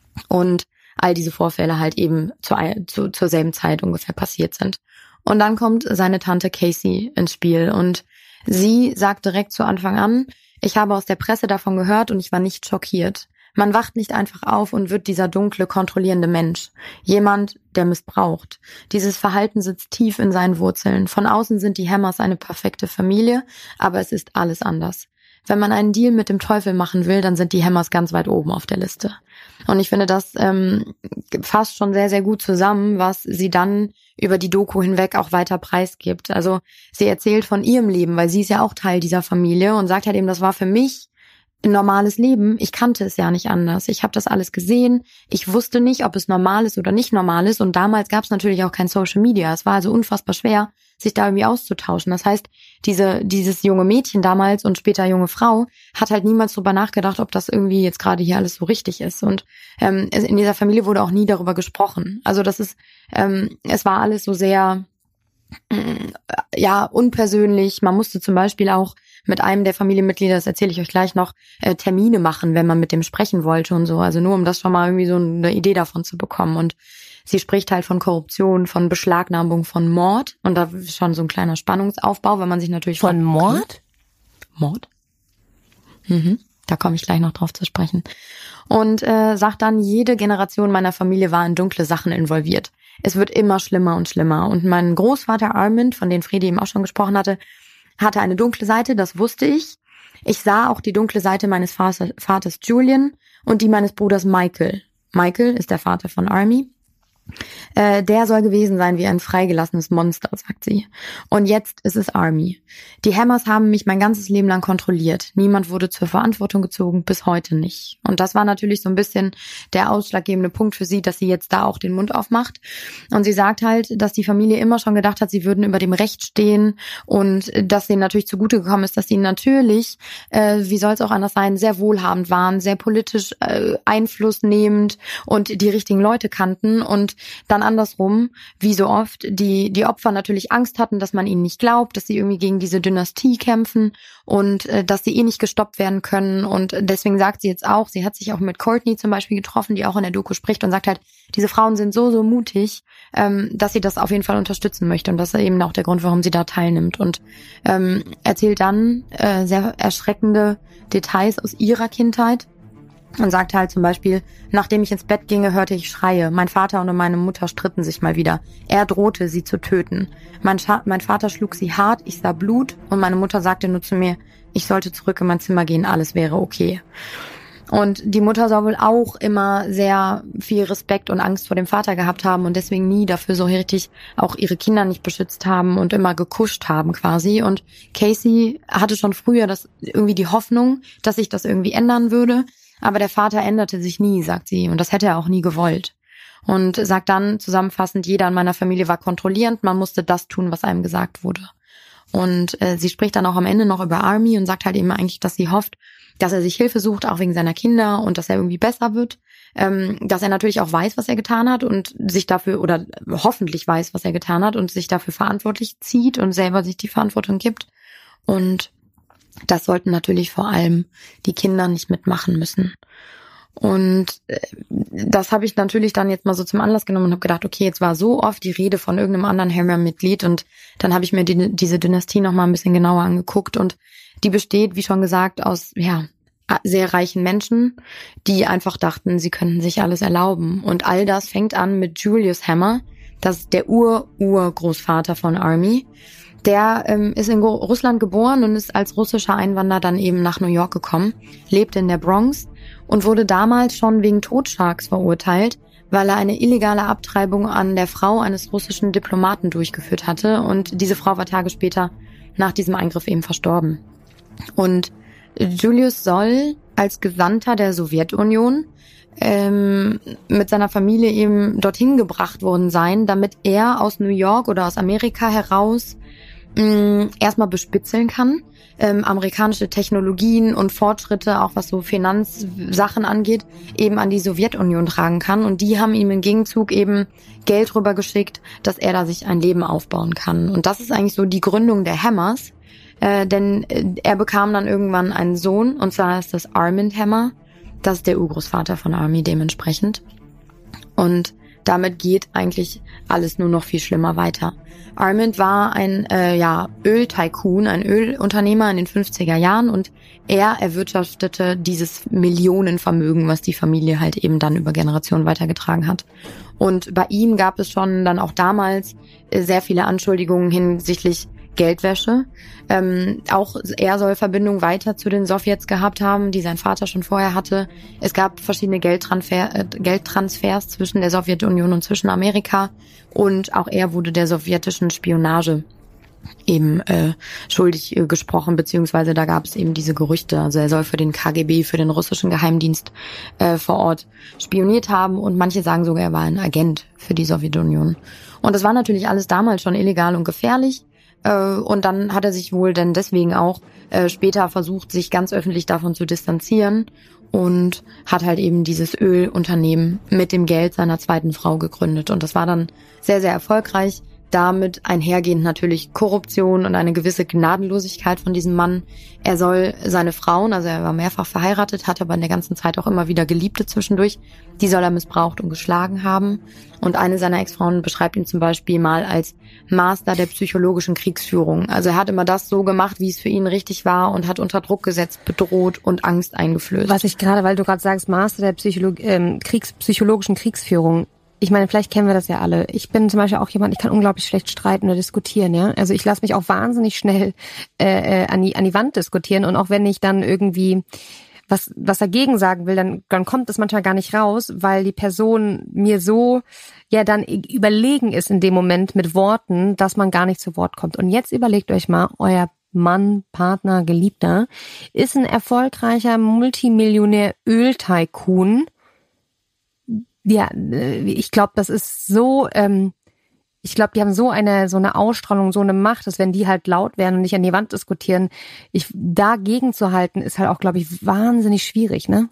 Und all diese Vorfälle halt eben zu, zu, zur selben Zeit ungefähr passiert sind. Und dann kommt seine Tante Casey ins Spiel und sie sagt direkt zu Anfang an, ich habe aus der Presse davon gehört und ich war nicht schockiert. Man wacht nicht einfach auf und wird dieser dunkle, kontrollierende Mensch. Jemand, der missbraucht. Dieses Verhalten sitzt tief in seinen Wurzeln. Von außen sind die Hammers eine perfekte Familie, aber es ist alles anders. Wenn man einen Deal mit dem Teufel machen will, dann sind die Hammers ganz weit oben auf der Liste. Und ich finde, das ähm, fasst schon sehr, sehr gut zusammen, was sie dann über die Doku hinweg auch weiter preisgibt. Also sie erzählt von ihrem Leben, weil sie ist ja auch Teil dieser Familie und sagt halt eben, das war für mich ein normales Leben. Ich kannte es ja nicht anders. Ich habe das alles gesehen. Ich wusste nicht, ob es normal ist oder nicht normal ist. Und damals gab es natürlich auch kein Social Media. Es war also unfassbar schwer, sich da irgendwie auszutauschen. Das heißt, diese dieses junge Mädchen damals und später junge Frau hat halt niemals drüber nachgedacht, ob das irgendwie jetzt gerade hier alles so richtig ist. Und ähm, in dieser Familie wurde auch nie darüber gesprochen. Also das ist, ähm, es war alles so sehr, äh, ja, unpersönlich. Man musste zum Beispiel auch mit einem der Familienmitglieder, das erzähle ich euch gleich noch, äh, Termine machen, wenn man mit dem sprechen wollte und so. Also nur, um das schon mal irgendwie so eine Idee davon zu bekommen. Und sie spricht halt von Korruption, von Beschlagnahmung, von Mord. Und da ist schon so ein kleiner Spannungsaufbau, wenn man sich natürlich... Von Mord? Mord? Mhm. Da komme ich gleich noch drauf zu sprechen. Und äh, sagt dann, jede Generation meiner Familie war in dunkle Sachen involviert. Es wird immer schlimmer und schlimmer. Und mein Großvater Armand, von dem Fredi eben auch schon gesprochen hatte, hatte eine dunkle Seite, das wusste ich. Ich sah auch die dunkle Seite meines Vaters Julian und die meines Bruders Michael. Michael ist der Vater von Army. Äh, der soll gewesen sein wie ein freigelassenes Monster, sagt sie. Und jetzt ist es Army. Die Hammers haben mich mein ganzes Leben lang kontrolliert. Niemand wurde zur Verantwortung gezogen, bis heute nicht. Und das war natürlich so ein bisschen der ausschlaggebende Punkt für sie, dass sie jetzt da auch den Mund aufmacht. Und sie sagt halt, dass die Familie immer schon gedacht hat, sie würden über dem Recht stehen und dass denen natürlich zugute gekommen ist, dass sie natürlich, äh, wie soll es auch anders sein, sehr wohlhabend waren, sehr politisch äh, einflussnehmend und die richtigen Leute kannten und dann andersrum, wie so oft, die die Opfer natürlich Angst hatten, dass man ihnen nicht glaubt, dass sie irgendwie gegen diese Dynastie kämpfen und äh, dass sie eh nicht gestoppt werden können. Und deswegen sagt sie jetzt auch, sie hat sich auch mit Courtney zum Beispiel getroffen, die auch in der Doku spricht und sagt halt, diese Frauen sind so, so mutig, ähm, dass sie das auf jeden Fall unterstützen möchte. Und das ist eben auch der Grund, warum sie da teilnimmt. Und ähm, erzählt dann äh, sehr erschreckende Details aus ihrer Kindheit. Und sagt halt zum Beispiel, nachdem ich ins Bett ginge, hörte ich Schreie. Mein Vater und meine Mutter stritten sich mal wieder. Er drohte, sie zu töten. Mein, Scha- mein Vater schlug sie hart, ich sah Blut und meine Mutter sagte nur zu mir, ich sollte zurück in mein Zimmer gehen, alles wäre okay. Und die Mutter soll wohl auch immer sehr viel Respekt und Angst vor dem Vater gehabt haben und deswegen nie dafür so richtig auch ihre Kinder nicht beschützt haben und immer gekuscht haben quasi. Und Casey hatte schon früher das irgendwie die Hoffnung, dass sich das irgendwie ändern würde. Aber der Vater änderte sich nie, sagt sie. Und das hätte er auch nie gewollt. Und sagt dann zusammenfassend, jeder in meiner Familie war kontrollierend. Man musste das tun, was einem gesagt wurde. Und äh, sie spricht dann auch am Ende noch über Army und sagt halt eben eigentlich, dass sie hofft, dass er sich Hilfe sucht, auch wegen seiner Kinder und dass er irgendwie besser wird. Ähm, dass er natürlich auch weiß, was er getan hat und sich dafür, oder hoffentlich weiß, was er getan hat und sich dafür verantwortlich zieht und selber sich die Verantwortung gibt. Und das sollten natürlich vor allem die Kinder nicht mitmachen müssen. Und das habe ich natürlich dann jetzt mal so zum Anlass genommen und habe gedacht, okay, jetzt war so oft die Rede von irgendeinem anderen Hammer-Mitglied und dann habe ich mir die, diese Dynastie noch mal ein bisschen genauer angeguckt und die besteht, wie schon gesagt, aus ja sehr reichen Menschen, die einfach dachten, sie könnten sich alles erlauben. Und all das fängt an mit Julius Hammer, das ist der Ur-Urgroßvater von Army. Der ähm, ist in Go- Russland geboren und ist als russischer Einwanderer dann eben nach New York gekommen, lebte in der Bronx und wurde damals schon wegen Totschlags verurteilt, weil er eine illegale Abtreibung an der Frau eines russischen Diplomaten durchgeführt hatte. Und diese Frau war Tage später nach diesem Eingriff eben verstorben. Und Julius soll als Gesandter der Sowjetunion ähm, mit seiner Familie eben dorthin gebracht worden sein, damit er aus New York oder aus Amerika heraus erstmal bespitzeln kann, ähm, amerikanische Technologien und Fortschritte, auch was so Finanzsachen angeht, eben an die Sowjetunion tragen kann. Und die haben ihm im Gegenzug eben Geld rübergeschickt, dass er da sich ein Leben aufbauen kann. Und das ist eigentlich so die Gründung der Hammers, äh, denn er bekam dann irgendwann einen Sohn, und zwar ist das Armand Hammer. Das ist der Urgroßvater von Army dementsprechend. Und damit geht eigentlich alles nur noch viel schlimmer weiter. Armand war ein äh, ja Öl-Tycoon, ein Ölunternehmer in den fünfziger Jahren und er erwirtschaftete dieses Millionenvermögen, was die Familie halt eben dann über Generationen weitergetragen hat. Und bei ihm gab es schon dann auch damals äh, sehr viele Anschuldigungen hinsichtlich Geldwäsche. Ähm, auch er soll Verbindung weiter zu den Sowjets gehabt haben, die sein Vater schon vorher hatte. Es gab verschiedene Geldtransfer, äh, Geldtransfers zwischen der Sowjetunion und zwischen Amerika. Und auch er wurde der sowjetischen Spionage eben äh, schuldig äh, gesprochen, beziehungsweise da gab es eben diese Gerüchte. Also er soll für den K G B, für den russischen Geheimdienst äh, vor Ort spioniert haben und manche sagen sogar, er war ein Agent für die Sowjetunion. Und das war natürlich alles damals schon illegal und gefährlich. Äh, und dann hat er sich wohl dann deswegen auch äh, später versucht, sich ganz öffentlich davon zu distanzieren und hat halt eben dieses Ölunternehmen mit dem Geld seiner zweiten Frau gegründet. Und das war dann sehr, sehr erfolgreich. Damit einhergehend natürlich Korruption und eine gewisse Gnadenlosigkeit von diesem Mann. Er soll seine Frauen, also er war mehrfach verheiratet, hat aber in der ganzen Zeit auch immer wieder Geliebte zwischendurch, die soll er missbraucht und geschlagen haben. Und eine seiner Ex-Frauen beschreibt ihn zum Beispiel mal als Master der psychologischen Kriegsführung. Also er hat immer das so gemacht, wie es für ihn richtig war und hat unter Druck gesetzt, bedroht und Angst eingeflößt. Was ich gerade, weil du gerade sagst, Master der Psycholo- ähm, Kriegs- psychologischen Kriegsführung. Ich meine, vielleicht kennen wir das ja alle. Ich bin zum Beispiel auch jemand, ich kann unglaublich schlecht streiten oder diskutieren, ja. Also ich lasse mich auch wahnsinnig schnell äh, an die an die Wand diskutieren und auch wenn ich dann irgendwie was was dagegen sagen will, dann dann kommt das manchmal gar nicht raus, weil die Person mir so ja dann überlegen ist in dem Moment mit Worten, dass man gar nicht zu Wort kommt. Und jetzt überlegt euch mal, euer Mann, Partner, Geliebter ist ein erfolgreicher Multimillionär Öl-Tycoon. Ja, ich glaube, das ist so, ähm, ich glaube, die haben so eine so eine Ausstrahlung, so eine Macht, dass wenn die halt laut werden und nicht an die Wand diskutieren, ich dagegen zu halten, ist halt auch, glaube ich, wahnsinnig schwierig, ne?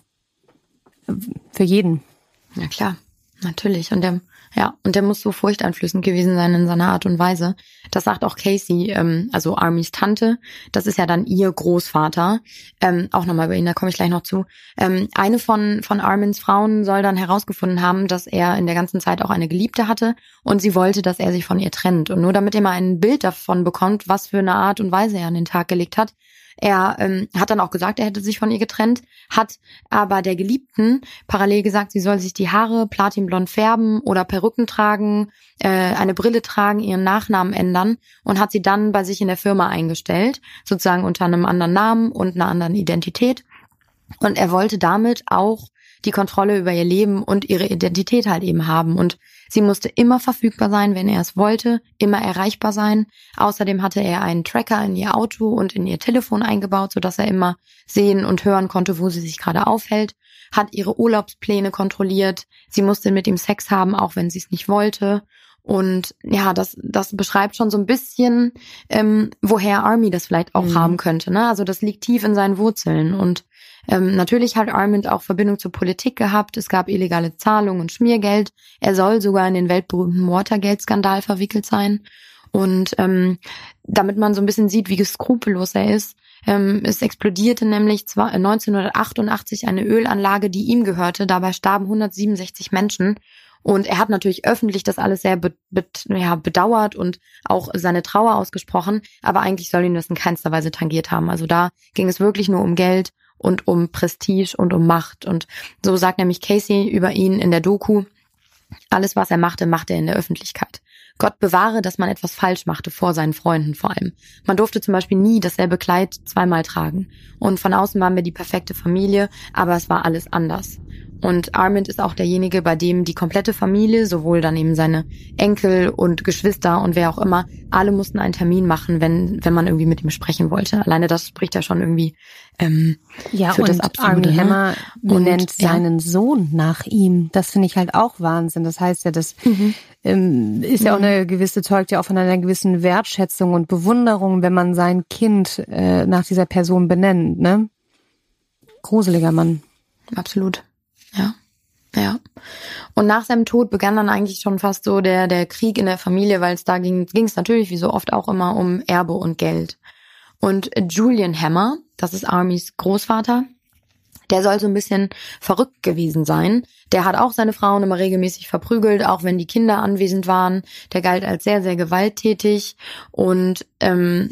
Für jeden. Ja klar, natürlich. Und der, ja, und der muss so furchteinflößend gewesen sein in seiner Art und Weise. Das sagt auch Casey, ähm, also Armys Tante. Das ist ja dann ihr Großvater. Ähm, auch nochmal über ihn, da komme ich gleich noch zu. Ähm, eine von von Armins Frauen soll dann herausgefunden haben, dass er in der ganzen Zeit auch eine Geliebte hatte und sie wollte, dass er sich von ihr trennt. Und nur damit ihr mal ein Bild davon bekommt, was für eine Art und Weise er an den Tag gelegt hat, er ähm, hat dann auch gesagt, er hätte sich von ihr getrennt, hat aber der Geliebten parallel gesagt, sie soll sich die Haare platinblond färben oder Perücken tragen, äh, eine Brille tragen, ihren Nachnamen ändern und hat sie dann bei sich in der Firma eingestellt, sozusagen unter einem anderen Namen und einer anderen Identität. Und er wollte damit auch die Kontrolle über ihr Leben und ihre Identität halt eben haben. Und sie musste immer verfügbar sein, wenn er es wollte, immer erreichbar sein. Außerdem hatte er einen Tracker in ihr Auto und in ihr Telefon eingebaut, sodass er immer sehen und hören konnte, wo sie sich gerade aufhält. Hat ihre Urlaubspläne kontrolliert. Sie musste mit ihm Sex haben, auch wenn sie es nicht wollte. Und ja, das das beschreibt schon so ein bisschen, ähm, woher Army das vielleicht auch mhm. haben könnte. Ne? Also das liegt tief in seinen Wurzeln. Und ähm, natürlich hat Armand auch Verbindung zur Politik gehabt. Es gab illegale Zahlungen und Schmiergeld. Er soll sogar in den weltberühmten Watergate-Skandal verwickelt sein. Und ähm, damit man so ein bisschen sieht, wie skrupellos er ist, ähm, es explodierte nämlich neunzehnhundertachtundachtzig eine Ölanlage, die ihm gehörte. Dabei starben hundertsiebenundsechzig Menschen. Und er hat natürlich öffentlich das alles sehr be- be- ja, bedauert und auch seine Trauer ausgesprochen, aber eigentlich soll ihn das in keinster Weise tangiert haben. Also da ging es wirklich nur um Geld und um Prestige und um Macht. Und so sagt nämlich Casey über ihn in der Doku, alles, was er machte, machte er in der Öffentlichkeit. Gott bewahre, dass man etwas falsch machte, vor seinen Freunden vor allem. Man durfte zum Beispiel nie dasselbe Kleid zweimal tragen. Und von außen waren wir die perfekte Familie, aber es war alles anders. Und Armand ist auch derjenige, bei dem die komplette Familie, sowohl dann eben seine Enkel und Geschwister und wer auch immer, alle mussten einen Termin machen, wenn wenn man irgendwie mit ihm sprechen wollte. Alleine das spricht ja schon irgendwie ähm, ja, für und das Absolute. Armie Hammer benennt ja. seinen Sohn nach ihm. Das finde ich halt auch Wahnsinn. Das heißt ja, das mhm. ähm, ist ja auch eine gewisse, zeugt ja auch von einer gewissen Wertschätzung und Bewunderung, wenn man sein Kind äh, nach dieser Person benennt, ne? Gruseliger Mann. Absolut. Ja, ja. Und nach seinem Tod begann dann eigentlich schon fast so der der Krieg in der Familie, weil es da ging ging es natürlich wie so oft auch immer um Erbe und Geld. Und Julian Hammer, das ist Armys Großvater, der soll so ein bisschen verrückt gewesen sein. Der hat auch seine Frauen immer regelmäßig verprügelt, auch wenn die Kinder anwesend waren. Der galt als sehr, sehr gewalttätig. Und ähm,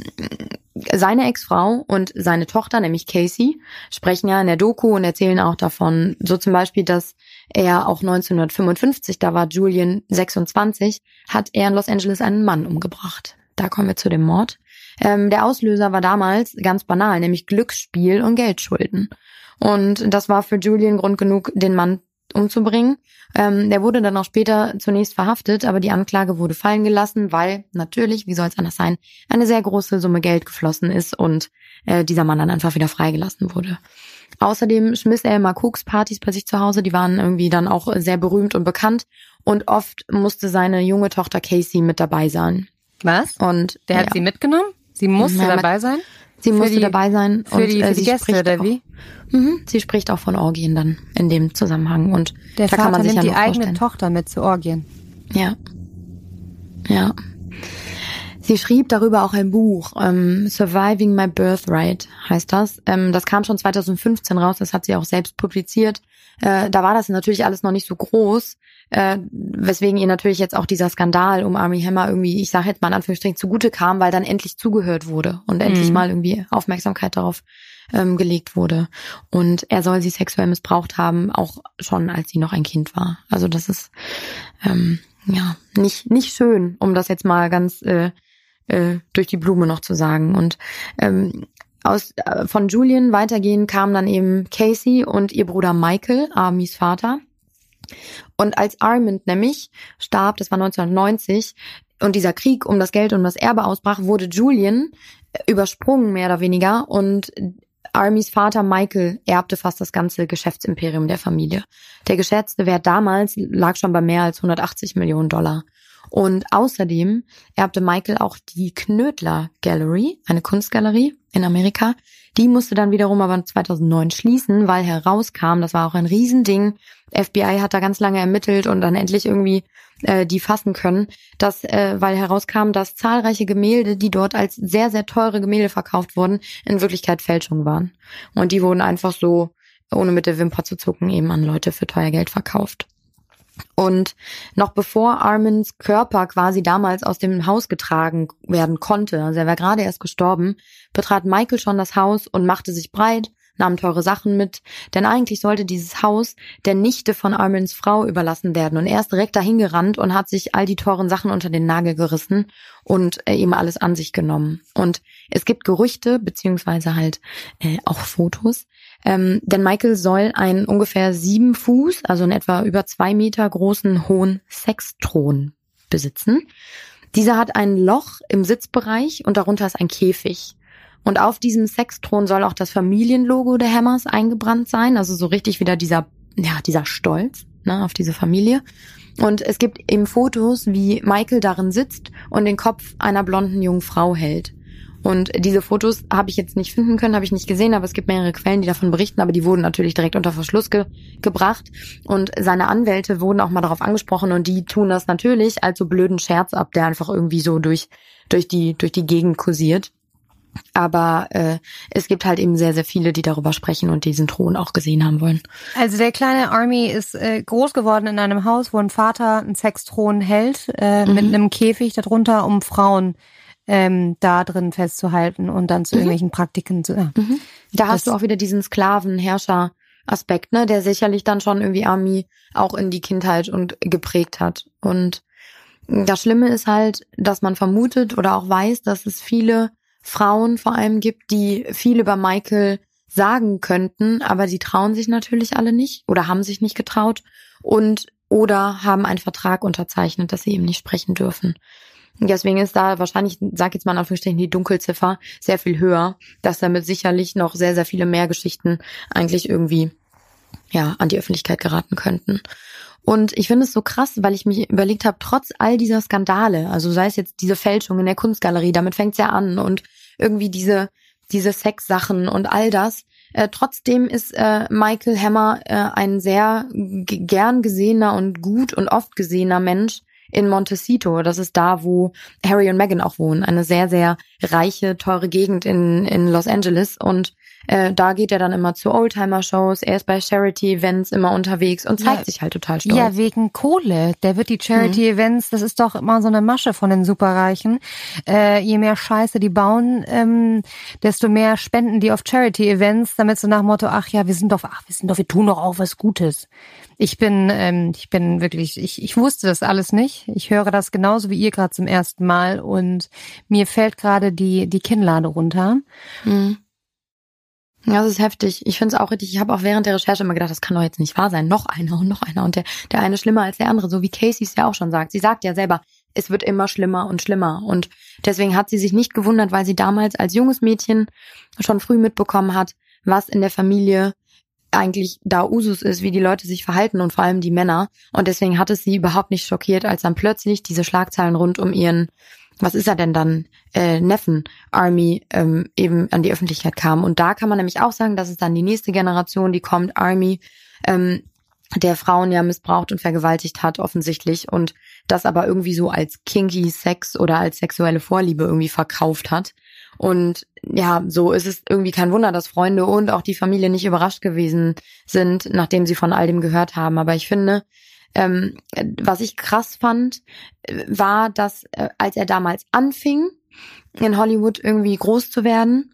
seine Ex-Frau und seine Tochter, nämlich Casey, sprechen ja in der Doku und erzählen auch davon, so zum Beispiel, dass er auch neunzehnhundertfünfundfünfzig, da war Julian sechsundzwanzig, hat er in Los Angeles einen Mann umgebracht. Da kommen wir zu dem Mord. Ähm, der Auslöser war damals ganz banal, nämlich Glücksspiel und Geldschulden. Und das war für Julian Grund genug, den Mann umzubringen. Ähm, der wurde dann auch später zunächst verhaftet, aber die Anklage wurde fallen gelassen, weil natürlich, wie soll es anders sein, eine sehr große Summe Geld geflossen ist und äh, dieser Mann dann einfach wieder freigelassen wurde. Außerdem schmiss er immer Kokspartys bei sich zu Hause, die waren irgendwie dann auch sehr berühmt und bekannt und oft musste seine junge Tochter Casey mit dabei sein. Was? Und der hat ja. sie mitgenommen? Sie musste Ja, dabei sein? Sie Für musste die, dabei sein. Für und, die, für äh, die sie Gäste, oder auch, wie? Mhm, sie spricht auch von Orgien dann in dem Zusammenhang. Und der da Vater kann man sich nimmt ja die nur eigene vorstellen. Tochter mit zu Orgien. Ja. Ja. Sie schrieb darüber auch ein Buch, ähm, Surviving My Birthright heißt das. Ähm, das kam schon zwanzig fünfzehn raus, das hat sie auch selbst publiziert. Äh, da war das natürlich alles noch nicht so groß, äh, weswegen ihr natürlich jetzt auch dieser Skandal um Armie Hammer irgendwie, ich sage jetzt mal in Anführungsstrichen, zugute kam, weil dann endlich zugehört wurde und mhm. endlich mal irgendwie Aufmerksamkeit darauf ähm, gelegt wurde. Und er soll sie sexuell missbraucht haben, auch schon als sie noch ein Kind war. Also das ist ähm, ja nicht nicht schön, um das jetzt mal ganz äh, äh, durch die Blume noch zu sagen. Und ähm, aus äh, von Julian weitergehend kamen dann eben Casey und ihr Bruder Michael, Armies Vater. Und als Armand nämlich starb, das war neunzehnhundertneunzig, und dieser Krieg um das Geld und das Erbe ausbrach, wurde Julian übersprungen, mehr oder weniger, und Armies Vater Michael erbte fast das ganze Geschäftsimperium der Familie. Der geschätzte Wert damals lag schon bei mehr als hundertachtzig Millionen Dollar. Und außerdem erbte Michael auch die Knödler Gallery, eine Kunstgalerie in Amerika. Die musste dann wiederum aber zweitausendneun schließen, weil herauskam, das war auch ein Riesending, F B I hat da ganz lange ermittelt und dann endlich irgendwie äh, die fassen können, dass, äh, weil herauskam, dass zahlreiche Gemälde, die dort als sehr, sehr teure Gemälde verkauft wurden, in Wirklichkeit Fälschungen waren. Und die wurden einfach so, ohne mit der Wimper zu zucken, eben an Leute für teuer Geld verkauft. Und noch bevor Armands Körper quasi damals aus dem Haus getragen werden konnte, also er war gerade erst gestorben, betrat Michael schon das Haus und machte sich breit, nahm teure Sachen mit, denn eigentlich sollte dieses Haus der Nichte von Armands Frau überlassen werden. Und er ist direkt dahin gerannt und hat sich all die teuren Sachen unter den Nagel gerissen und äh, eben alles an sich genommen. Und es gibt Gerüchte, beziehungsweise halt äh, auch Fotos, ähm, denn Michael soll einen ungefähr sieben Fuß, also in etwa über zwei Meter großen hohen Sexthron besitzen. Dieser hat ein Loch im Sitzbereich und darunter ist ein Käfig. Und auf diesem Sexthron soll auch das Familienlogo der Hammers eingebrannt sein, also so richtig wieder dieser, ja, dieser Stolz, ne, auf diese Familie. Und es gibt eben Fotos, wie Michael darin sitzt und den Kopf einer blonden jungen Frau hält. Und diese Fotos habe ich jetzt nicht finden können, habe ich nicht gesehen, aber es gibt mehrere Quellen, die davon berichten, aber die wurden natürlich direkt unter Verschluss ge- gebracht. Und seine Anwälte wurden auch mal darauf angesprochen und die tun das natürlich als so blöden Scherz ab, der einfach irgendwie so durch, durch die, durch die Gegend kursiert. Aber äh, es gibt halt eben sehr, sehr viele, die darüber sprechen und diesen Thron auch gesehen haben wollen. Also der kleine Armie ist äh, groß geworden in einem Haus, wo ein Vater einen Sexthron hält, äh, mhm. mit einem Käfig darunter, um Frauen ähm, da drin festzuhalten und dann zu mhm. irgendwelchen Praktiken zu... Ja. Mhm. Da das, hast du auch wieder diesen Sklavenherrscher-Aspekt, ne, der sicherlich dann schon irgendwie Armie auch in die Kindheit und geprägt hat. Und das Schlimme ist halt, dass man vermutet oder auch weiß, dass es viele Frauen vor allem gibt, die viel über Michael sagen könnten, aber sie trauen sich natürlich alle nicht oder haben sich nicht getraut und oder haben einen Vertrag unterzeichnet, dass sie eben nicht sprechen dürfen. Und deswegen ist da wahrscheinlich, sag jetzt mal in Anführungsstrichen, die Dunkelziffer sehr viel höher, dass damit sicherlich noch sehr, sehr viele mehr Geschichten eigentlich irgendwie ja an die Öffentlichkeit geraten könnten. Und ich finde es so krass, weil ich mich überlegt habe, trotz all dieser Skandale, also sei es jetzt diese Fälschung in der Kunstgalerie, damit fängt es ja an und irgendwie diese diese Sexsachen und all das, äh, trotzdem ist äh, Michael Hammer äh, ein sehr g- gern gesehener und gut und oft gesehener Mensch in Montecito. Das ist da, wo Harry und Meghan auch wohnen. Eine sehr, sehr reiche, teure Gegend in in Los Angeles. Und äh, da geht er dann immer zu Oldtimer-Shows. Er ist bei Charity-Events immer unterwegs und zeigt ja, sich halt total stolz. Ja, wegen Kohle. Der wird die Charity-Events, das ist doch immer so eine Masche von den Superreichen. Äh, je mehr Scheiße die bauen, ähm, desto mehr spenden die auf Charity-Events, damit so nach dem Motto, ach ja, wir sind doch, ach, wir sind doch, wir tun doch auch was Gutes. Ich bin, ähm, ich bin wirklich, ich, ich wusste das alles nicht. Ich höre das genauso wie ihr gerade zum ersten Mal und mir fällt gerade die die Kinnlade runter. Mhm. Ja, das ist heftig. Ich finde es auch richtig. Ich habe auch während der Recherche immer gedacht, das kann doch jetzt nicht wahr sein. Noch einer und noch einer. Und der, der eine schlimmer als der andere. So wie Casey es ja auch schon sagt. Sie sagt ja selber, es wird immer schlimmer und schlimmer. Und deswegen hat sie sich nicht gewundert, weil sie damals als junges Mädchen schon früh mitbekommen hat, was in der Familie eigentlich da Usus ist, wie die Leute sich verhalten und vor allem die Männer. Und deswegen hat es sie überhaupt nicht schockiert, als dann plötzlich diese Schlagzeilen rund um ihren, was ist er denn dann, äh, Neffen, Army, ähm, eben an die Öffentlichkeit kamen. Und da kann man nämlich auch sagen, das ist dann die nächste Generation, die kommt, Army, ähm, der Frauen ja missbraucht und vergewaltigt hat offensichtlich und das aber irgendwie so als kinky Sex oder als sexuelle Vorliebe irgendwie verkauft hat. Und ja, so ist es irgendwie kein Wunder, dass Freunde und auch die Familie nicht überrascht gewesen sind, nachdem sie von all dem gehört haben. Aber ich finde, ähm, was ich krass fand, war, dass äh, als er damals anfing, in Hollywood irgendwie groß zu werden,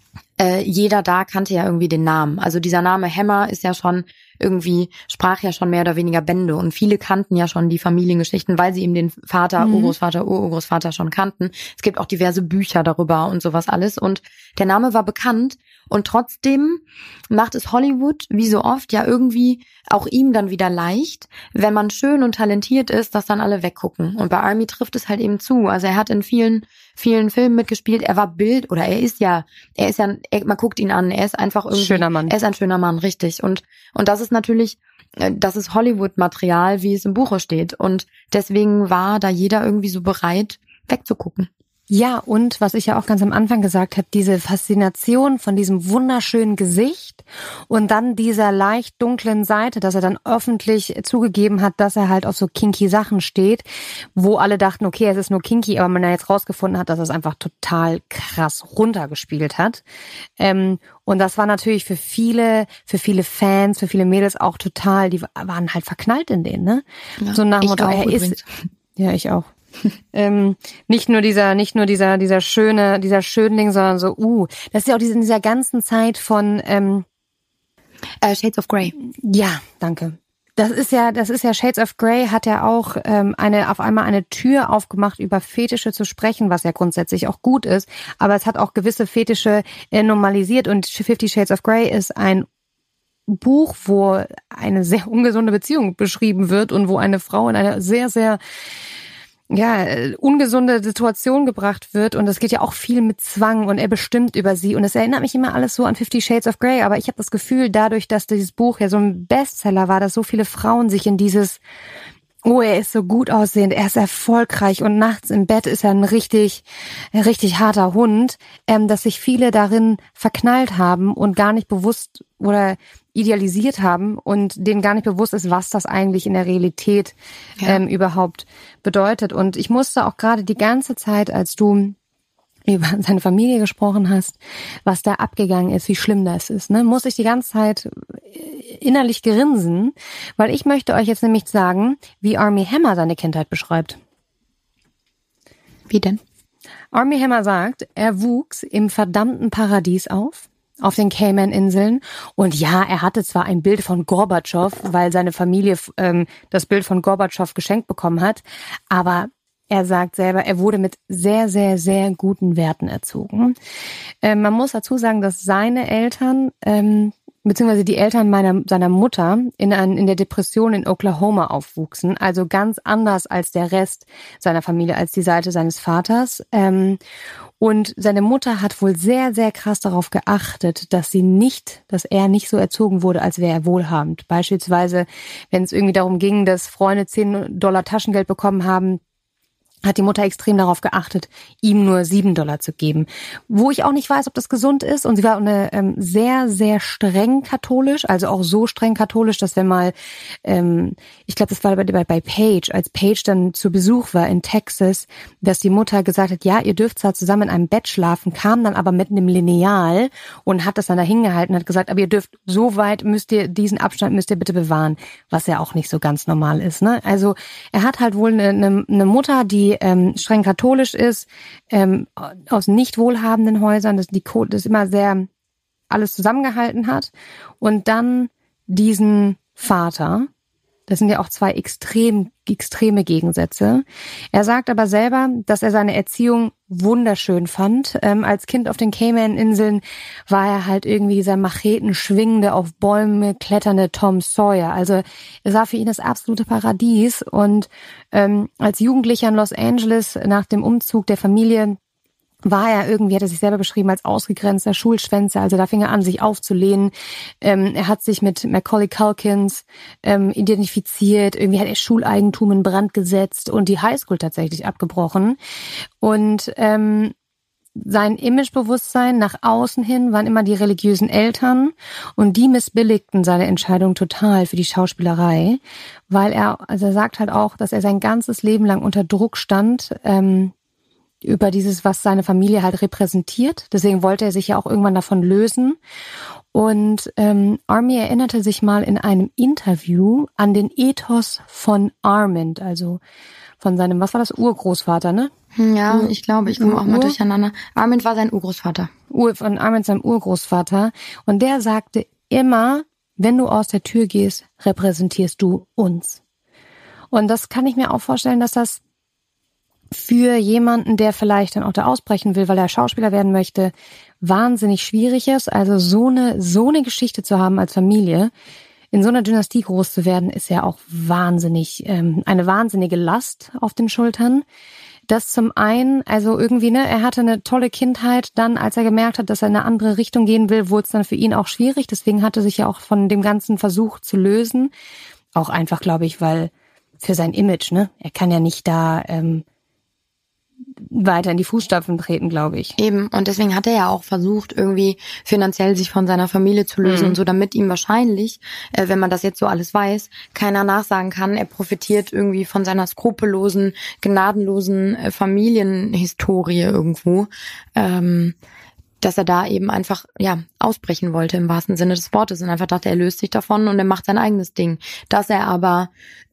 äh, jeder da kannte ja irgendwie den Namen. Also dieser Name Hammer ist ja schon irgendwie, sprach ja schon mehr oder weniger Bände und viele kannten ja schon die Familiengeschichten, weil sie eben den Vater, mhm. Urgroßvater, Urgroßvater schon kannten. Es gibt auch diverse Bücher darüber und sowas alles und der Name war bekannt und trotzdem macht es Hollywood, wie so oft, ja irgendwie auch ihm dann wieder leicht, wenn man schön und talentiert ist, dass dann alle weggucken. Und bei Army trifft es halt eben zu. Also er hat in vielen, vielen Filmen mitgespielt. Er war Bild oder er ist ja, er ist ja, er, man guckt ihn an, er ist einfach irgendwie, schöner Mann. Er ist ein schöner Mann, richtig. Und, und das ist natürlich, das ist Hollywood-Material, wie es im Buche steht. Und deswegen war da jeder irgendwie so bereit, wegzugucken. Ja, und was ich ja auch ganz am Anfang gesagt habe, diese Faszination von diesem wunderschönen Gesicht und dann dieser leicht dunklen Seite, dass er dann öffentlich zugegeben hat, dass er halt auf so kinky Sachen steht, wo alle dachten, okay, es ist nur kinky, aber man ja jetzt rausgefunden hat, dass er es einfach total krass runtergespielt hat. Ähm, und das war natürlich für viele, für viele Fans, für viele Mädels auch total, die waren halt verknallt in den, ne? Ja, so nach dem Motto, auch er übrigens. ist, ja, ich auch. ähm, nicht nur dieser, nicht nur dieser, dieser schöne, dieser Schönling, sondern so, uh, das ist ja auch diese, in dieser ganzen Zeit von, ähm, äh, Shades of Grey. Ja, danke. Das ist ja, das ist ja Shades of Grey hat ja auch ähm, eine auf einmal eine Tür aufgemacht, über Fetische zu sprechen, was ja grundsätzlich auch gut ist. Aber es hat auch gewisse Fetische äh, normalisiert und Fifty Shades of Grey ist ein Buch, wo eine sehr ungesunde Beziehung beschrieben wird und wo eine Frau in eine sehr, sehr ja, ungesunde Situation gebracht wird und es geht ja auch viel mit Zwang und er bestimmt über sie und es erinnert mich immer alles so an Fifty Shades of Grey, aber ich habe das Gefühl, dadurch, dass dieses Buch ja so ein Bestseller war, dass so viele Frauen sich in dieses, oh, er ist so gut aussehend, er ist erfolgreich und nachts im Bett ist er ein richtig, richtig harter Hund, ähm, dass sich viele darin verknallt haben und gar nicht bewusst oder idealisiert haben und denen gar nicht bewusst ist, was das eigentlich in der Realität ja. ähm, überhaupt bedeutet. Und ich musste auch gerade die ganze Zeit, als du über seine Familie gesprochen hast, was da abgegangen ist, wie schlimm das ist, ne, muss ich die ganze Zeit innerlich grinsen, weil ich möchte euch jetzt nämlich sagen, wie Armie Hammer seine Kindheit beschreibt. Wie denn? Armie Hammer sagt, er wuchs im verdammten Paradies auf, auf den Cayman-Inseln. Und ja, er hatte zwar ein Bild von Gorbatschow, weil seine Familie ähm, das Bild von Gorbatschow geschenkt bekommen hat, aber er sagt selber, er wurde mit sehr, sehr, sehr guten Werten erzogen. Ähm, man muss dazu sagen, dass seine Eltern, ähm, beziehungsweise die Eltern meiner seiner Mutter in, in der Depression in Oklahoma aufwuchsen, also ganz anders als der Rest seiner Familie, als die Seite seines Vaters. Ähm, Und seine Mutter hat wohl sehr, sehr krass darauf geachtet, dass sie nicht, dass er nicht so erzogen wurde, als wäre er wohlhabend. Beispielsweise, wenn es irgendwie darum ging, dass Freunde zehn Dollar Taschengeld bekommen haben, hat die Mutter extrem darauf geachtet, ihm nur sieben Dollar zu geben. Wo ich auch nicht weiß, ob das gesund ist. Und sie war eine ähm, sehr, sehr streng katholisch, also auch so streng katholisch, dass wenn mal, ähm, ich glaube, das war bei, bei, bei Paige, als Paige dann zu Besuch war in Texas, dass die Mutter gesagt hat, ja, ihr dürft zwar zusammen in einem Bett schlafen, kam dann aber mit einem Lineal und hat das dann da hingehalten und hat gesagt, aber ihr dürft, so weit müsst ihr, diesen Abstand müsst ihr bitte bewahren, was ja auch nicht so ganz normal ist, ne? Also er hat halt wohl eine, eine, eine Mutter, die ähm, streng katholisch ist, ähm, aus nicht wohlhabenden Häusern, das, die, das immer sehr alles zusammengehalten hat. Und dann diesen Vater, das sind ja auch zwei extrem, extreme Gegensätze. Er sagt aber selber, dass er seine Erziehung wunderschön fand. Ähm, als Kind auf den Cayman-Inseln war er halt irgendwie dieser machetenschwingende, auf Bäume kletternde Tom Sawyer. Also es war für ihn das absolute Paradies. Und ähm, als Jugendlicher in Los Angeles nach dem Umzug der Familie war er irgendwie, hat er sich selber beschrieben, als ausgegrenzter Schulschwänzer. Also da fing er an, sich aufzulehnen. Ähm, er hat sich mit Macaulay Culkins ähm, identifiziert. Irgendwie hat er Schuleigentum in Brand gesetzt und die Highschool tatsächlich abgebrochen. Und ähm, sein Imagebewusstsein nach außen hin waren immer die religiösen Eltern und die missbilligten seine Entscheidung total für die Schauspielerei, weil er, also er sagt halt auch, dass er sein ganzes Leben lang unter Druck stand, ähm, über dieses, was seine Familie halt repräsentiert. Deswegen wollte er sich ja auch irgendwann davon lösen. Und ähm, Armie erinnerte sich mal in einem Interview an den Ethos von Armand, also von seinem, was war das, Urgroßvater, ne? Ja, ich glaube, ich komme auch mal durcheinander. Armand war sein Urgroßvater. Ur, von Armand, seinem Urgroßvater. Und der sagte immer, wenn du aus der Tür gehst, repräsentierst du uns. Und das kann ich mir auch vorstellen, dass das für jemanden, der vielleicht dann auch da ausbrechen will, weil er Schauspieler werden möchte, wahnsinnig schwierig ist. Also so eine so eine Geschichte zu haben als Familie, in so einer Dynastie groß zu werden, ist ja auch wahnsinnig, ähm, eine wahnsinnige Last auf den Schultern. Das zum einen, also irgendwie, ne, er hatte eine tolle Kindheit, dann als er gemerkt hat, dass er in eine andere Richtung gehen will, wurde es dann für ihn auch schwierig. Deswegen hatte er sich ja auch von dem ganzen Versuch zu lösen. Auch einfach, glaube ich, weil für sein Image, ne, er kann ja nicht da ähm, weiter in die Fußstapfen treten, glaube ich. Eben, und deswegen hat er ja auch versucht, irgendwie finanziell sich von seiner Familie zu lösen mhm. und so, damit ihm wahrscheinlich, äh, wenn man das jetzt so alles weiß, keiner nachsagen kann, er profitiert irgendwie von seiner skrupellosen, gnadenlosen äh, Familienhistorie irgendwo, ähm, dass er da eben einfach, ja, ausbrechen wollte im wahrsten Sinne des Wortes und einfach dachte, er löst sich davon und er macht sein eigenes Ding. Dass er aber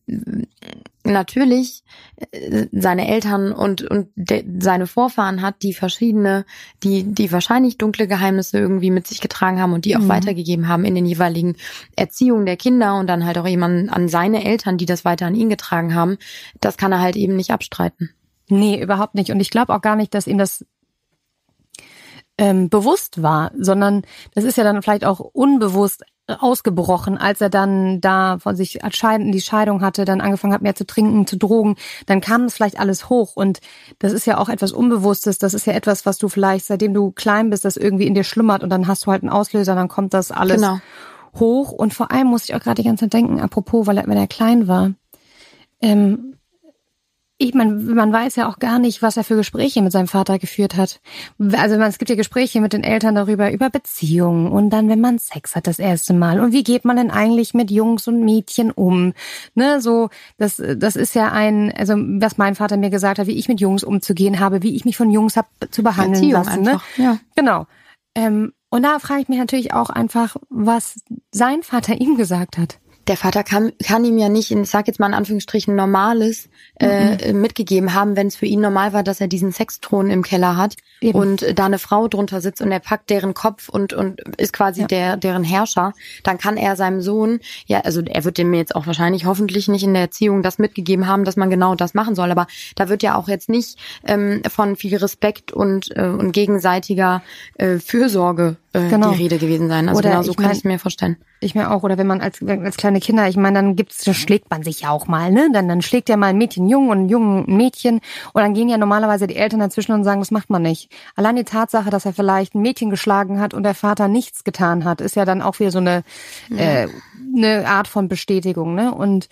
natürlich seine Eltern und und de, seine Vorfahren hat, die verschiedene, die die wahrscheinlich dunkle Geheimnisse irgendwie mit sich getragen haben und die auch mhm. weitergegeben haben in den jeweiligen Erziehungen der Kinder und dann halt auch jemand an seine Eltern, die das weiter an ihn getragen haben, das kann er halt eben nicht abstreiten. Nee, überhaupt nicht. Und ich glaube auch gar nicht, dass ihm das ähm, bewusst war, sondern das ist ja dann vielleicht auch unbewusst ausgebrochen, als er dann da von sich entscheidend die Scheidung hatte, dann angefangen hat, mehr zu trinken, zu drogen, dann kam es vielleicht alles hoch und das ist ja auch etwas Unbewusstes, das ist ja etwas, was du vielleicht, seitdem du klein bist, das irgendwie in dir schlummert und dann hast du halt einen Auslöser, dann kommt das alles genau. hoch und vor allem muss ich auch gerade die ganze Zeit denken, apropos, weil er, wenn er klein war, ähm, ich meine, man weiß ja auch gar nicht, was er für Gespräche mit seinem Vater geführt hat. Also es gibt ja Gespräche mit den Eltern darüber, über Beziehungen und dann, wenn man Sex hat das erste Mal und wie geht man denn eigentlich mit Jungs und Mädchen um? Ne, so, das, das ist ja ein, also was mein Vater mir gesagt hat, wie ich mit Jungs umzugehen habe, wie ich mich von Jungs habe zu behandeln Erziehung lassen. Einfach, ne? Ja. Genau. Ähm, und da frage ich mich natürlich auch einfach, was sein Vater ihm gesagt hat. Der Vater kann, kann ihm ja nicht, ich sag jetzt mal in Anführungsstrichen, Normales äh, mhm. mitgegeben haben, wenn es für ihn normal war, dass er diesen Sexthron im Keller hat Eben. und da eine Frau drunter sitzt und er packt deren Kopf und und ist quasi ja. der deren Herrscher, dann kann er seinem Sohn, ja, also er wird dem jetzt auch wahrscheinlich hoffentlich nicht in der Erziehung das mitgegeben haben, dass man genau das machen soll, aber da wird ja auch jetzt nicht ähm, von viel Respekt und äh, und gegenseitiger äh, Fürsorge äh, genau. die Rede gewesen sein. Also Oder genau so ich kann mein, ich es mir vorstellen. Ich mir auch, oder wenn man als als kleine Kinder, ich meine, dann gibt's, da schlägt man sich ja auch mal, ne? Dann dann schlägt ja mal ein Mädchen einen Jungen und ein Jungen ein Mädchen und dann gehen ja normalerweise die Eltern dazwischen und sagen, das macht man nicht. Allein die Tatsache, dass er vielleicht ein Mädchen geschlagen hat und der Vater nichts getan hat, ist ja dann auch wieder so eine ja. äh, eine Art von Bestätigung, ne? Und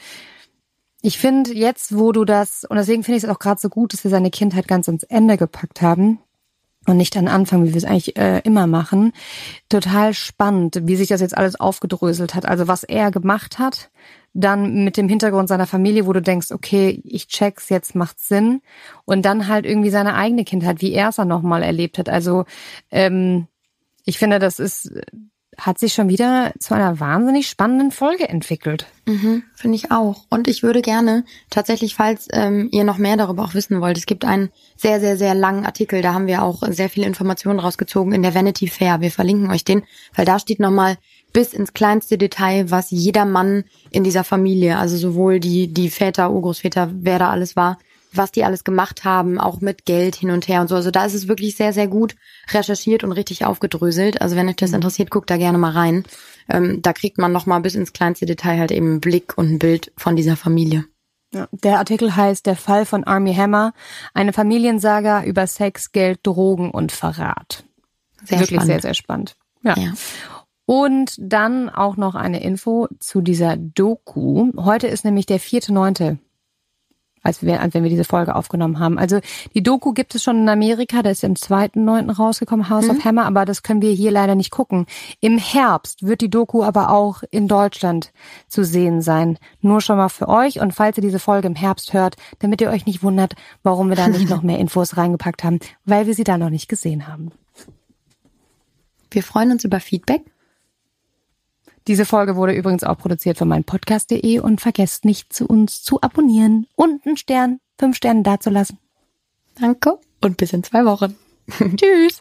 ich finde jetzt, wo du das, und deswegen finde ich es auch gerade so gut, dass wir seine Kindheit ganz ans Ende gepackt haben, und nicht an Anfang, wie wir es eigentlich äh, immer machen. Total spannend, wie sich das jetzt alles aufgedröselt hat. Also was er gemacht hat, dann mit dem Hintergrund seiner Familie, wo du denkst, okay, ich check's, jetzt macht's Sinn. Und dann halt irgendwie seine eigene Kindheit, wie er es dann nochmal erlebt hat. Also ähm, ich finde, das ist hat sich schon wieder zu einer wahnsinnig spannenden Folge entwickelt. Mhm, finde ich auch. Und ich würde gerne tatsächlich, falls ähm, ihr noch mehr darüber auch wissen wollt, es gibt einen sehr, sehr, sehr langen Artikel, da haben wir auch sehr viele Informationen rausgezogen in der Vanity Fair. Wir verlinken euch den, weil da steht nochmal bis ins kleinste Detail, was jeder Mann in dieser Familie, also sowohl die die Väter, Urgroßväter, wer da alles war, was die alles gemacht haben, auch mit Geld hin und her und so. Also da ist es wirklich sehr, sehr gut recherchiert und richtig aufgedröselt. Also wenn euch das interessiert, guckt da gerne mal rein. Ähm, da kriegt man nochmal bis ins kleinste Detail halt eben einen Blick und ein Bild von dieser Familie. Ja, der Artikel heißt Der Fall von Armie Hammer, eine Familiensaga über Sex, Geld, Drogen und Verrat. Sehr Wirklich spannend. sehr, sehr spannend. Ja. Ja. Und dann auch noch eine Info zu dieser Doku. Heute ist nämlich der vierte neunte, als wir, als wenn wir diese Folge aufgenommen haben. Also die Doku gibt es schon in Amerika, da ist im zweiten neunten rausgekommen, House Mhm. of Hammer, aber das können wir hier leider nicht gucken. Im Herbst wird die Doku aber auch in Deutschland zu sehen sein. Nur schon mal für euch und falls ihr diese Folge im Herbst hört, damit ihr euch nicht wundert, warum wir da nicht noch mehr Infos reingepackt haben, weil wir sie da noch nicht gesehen haben. Wir freuen uns über Feedback. Diese Folge wurde übrigens auch produziert von meinpodcast punkt de und vergesst nicht, zu uns zu abonnieren und einen Stern, fünf Sterne dazulassen. Danke und bis in zwei Wochen. Tschüss.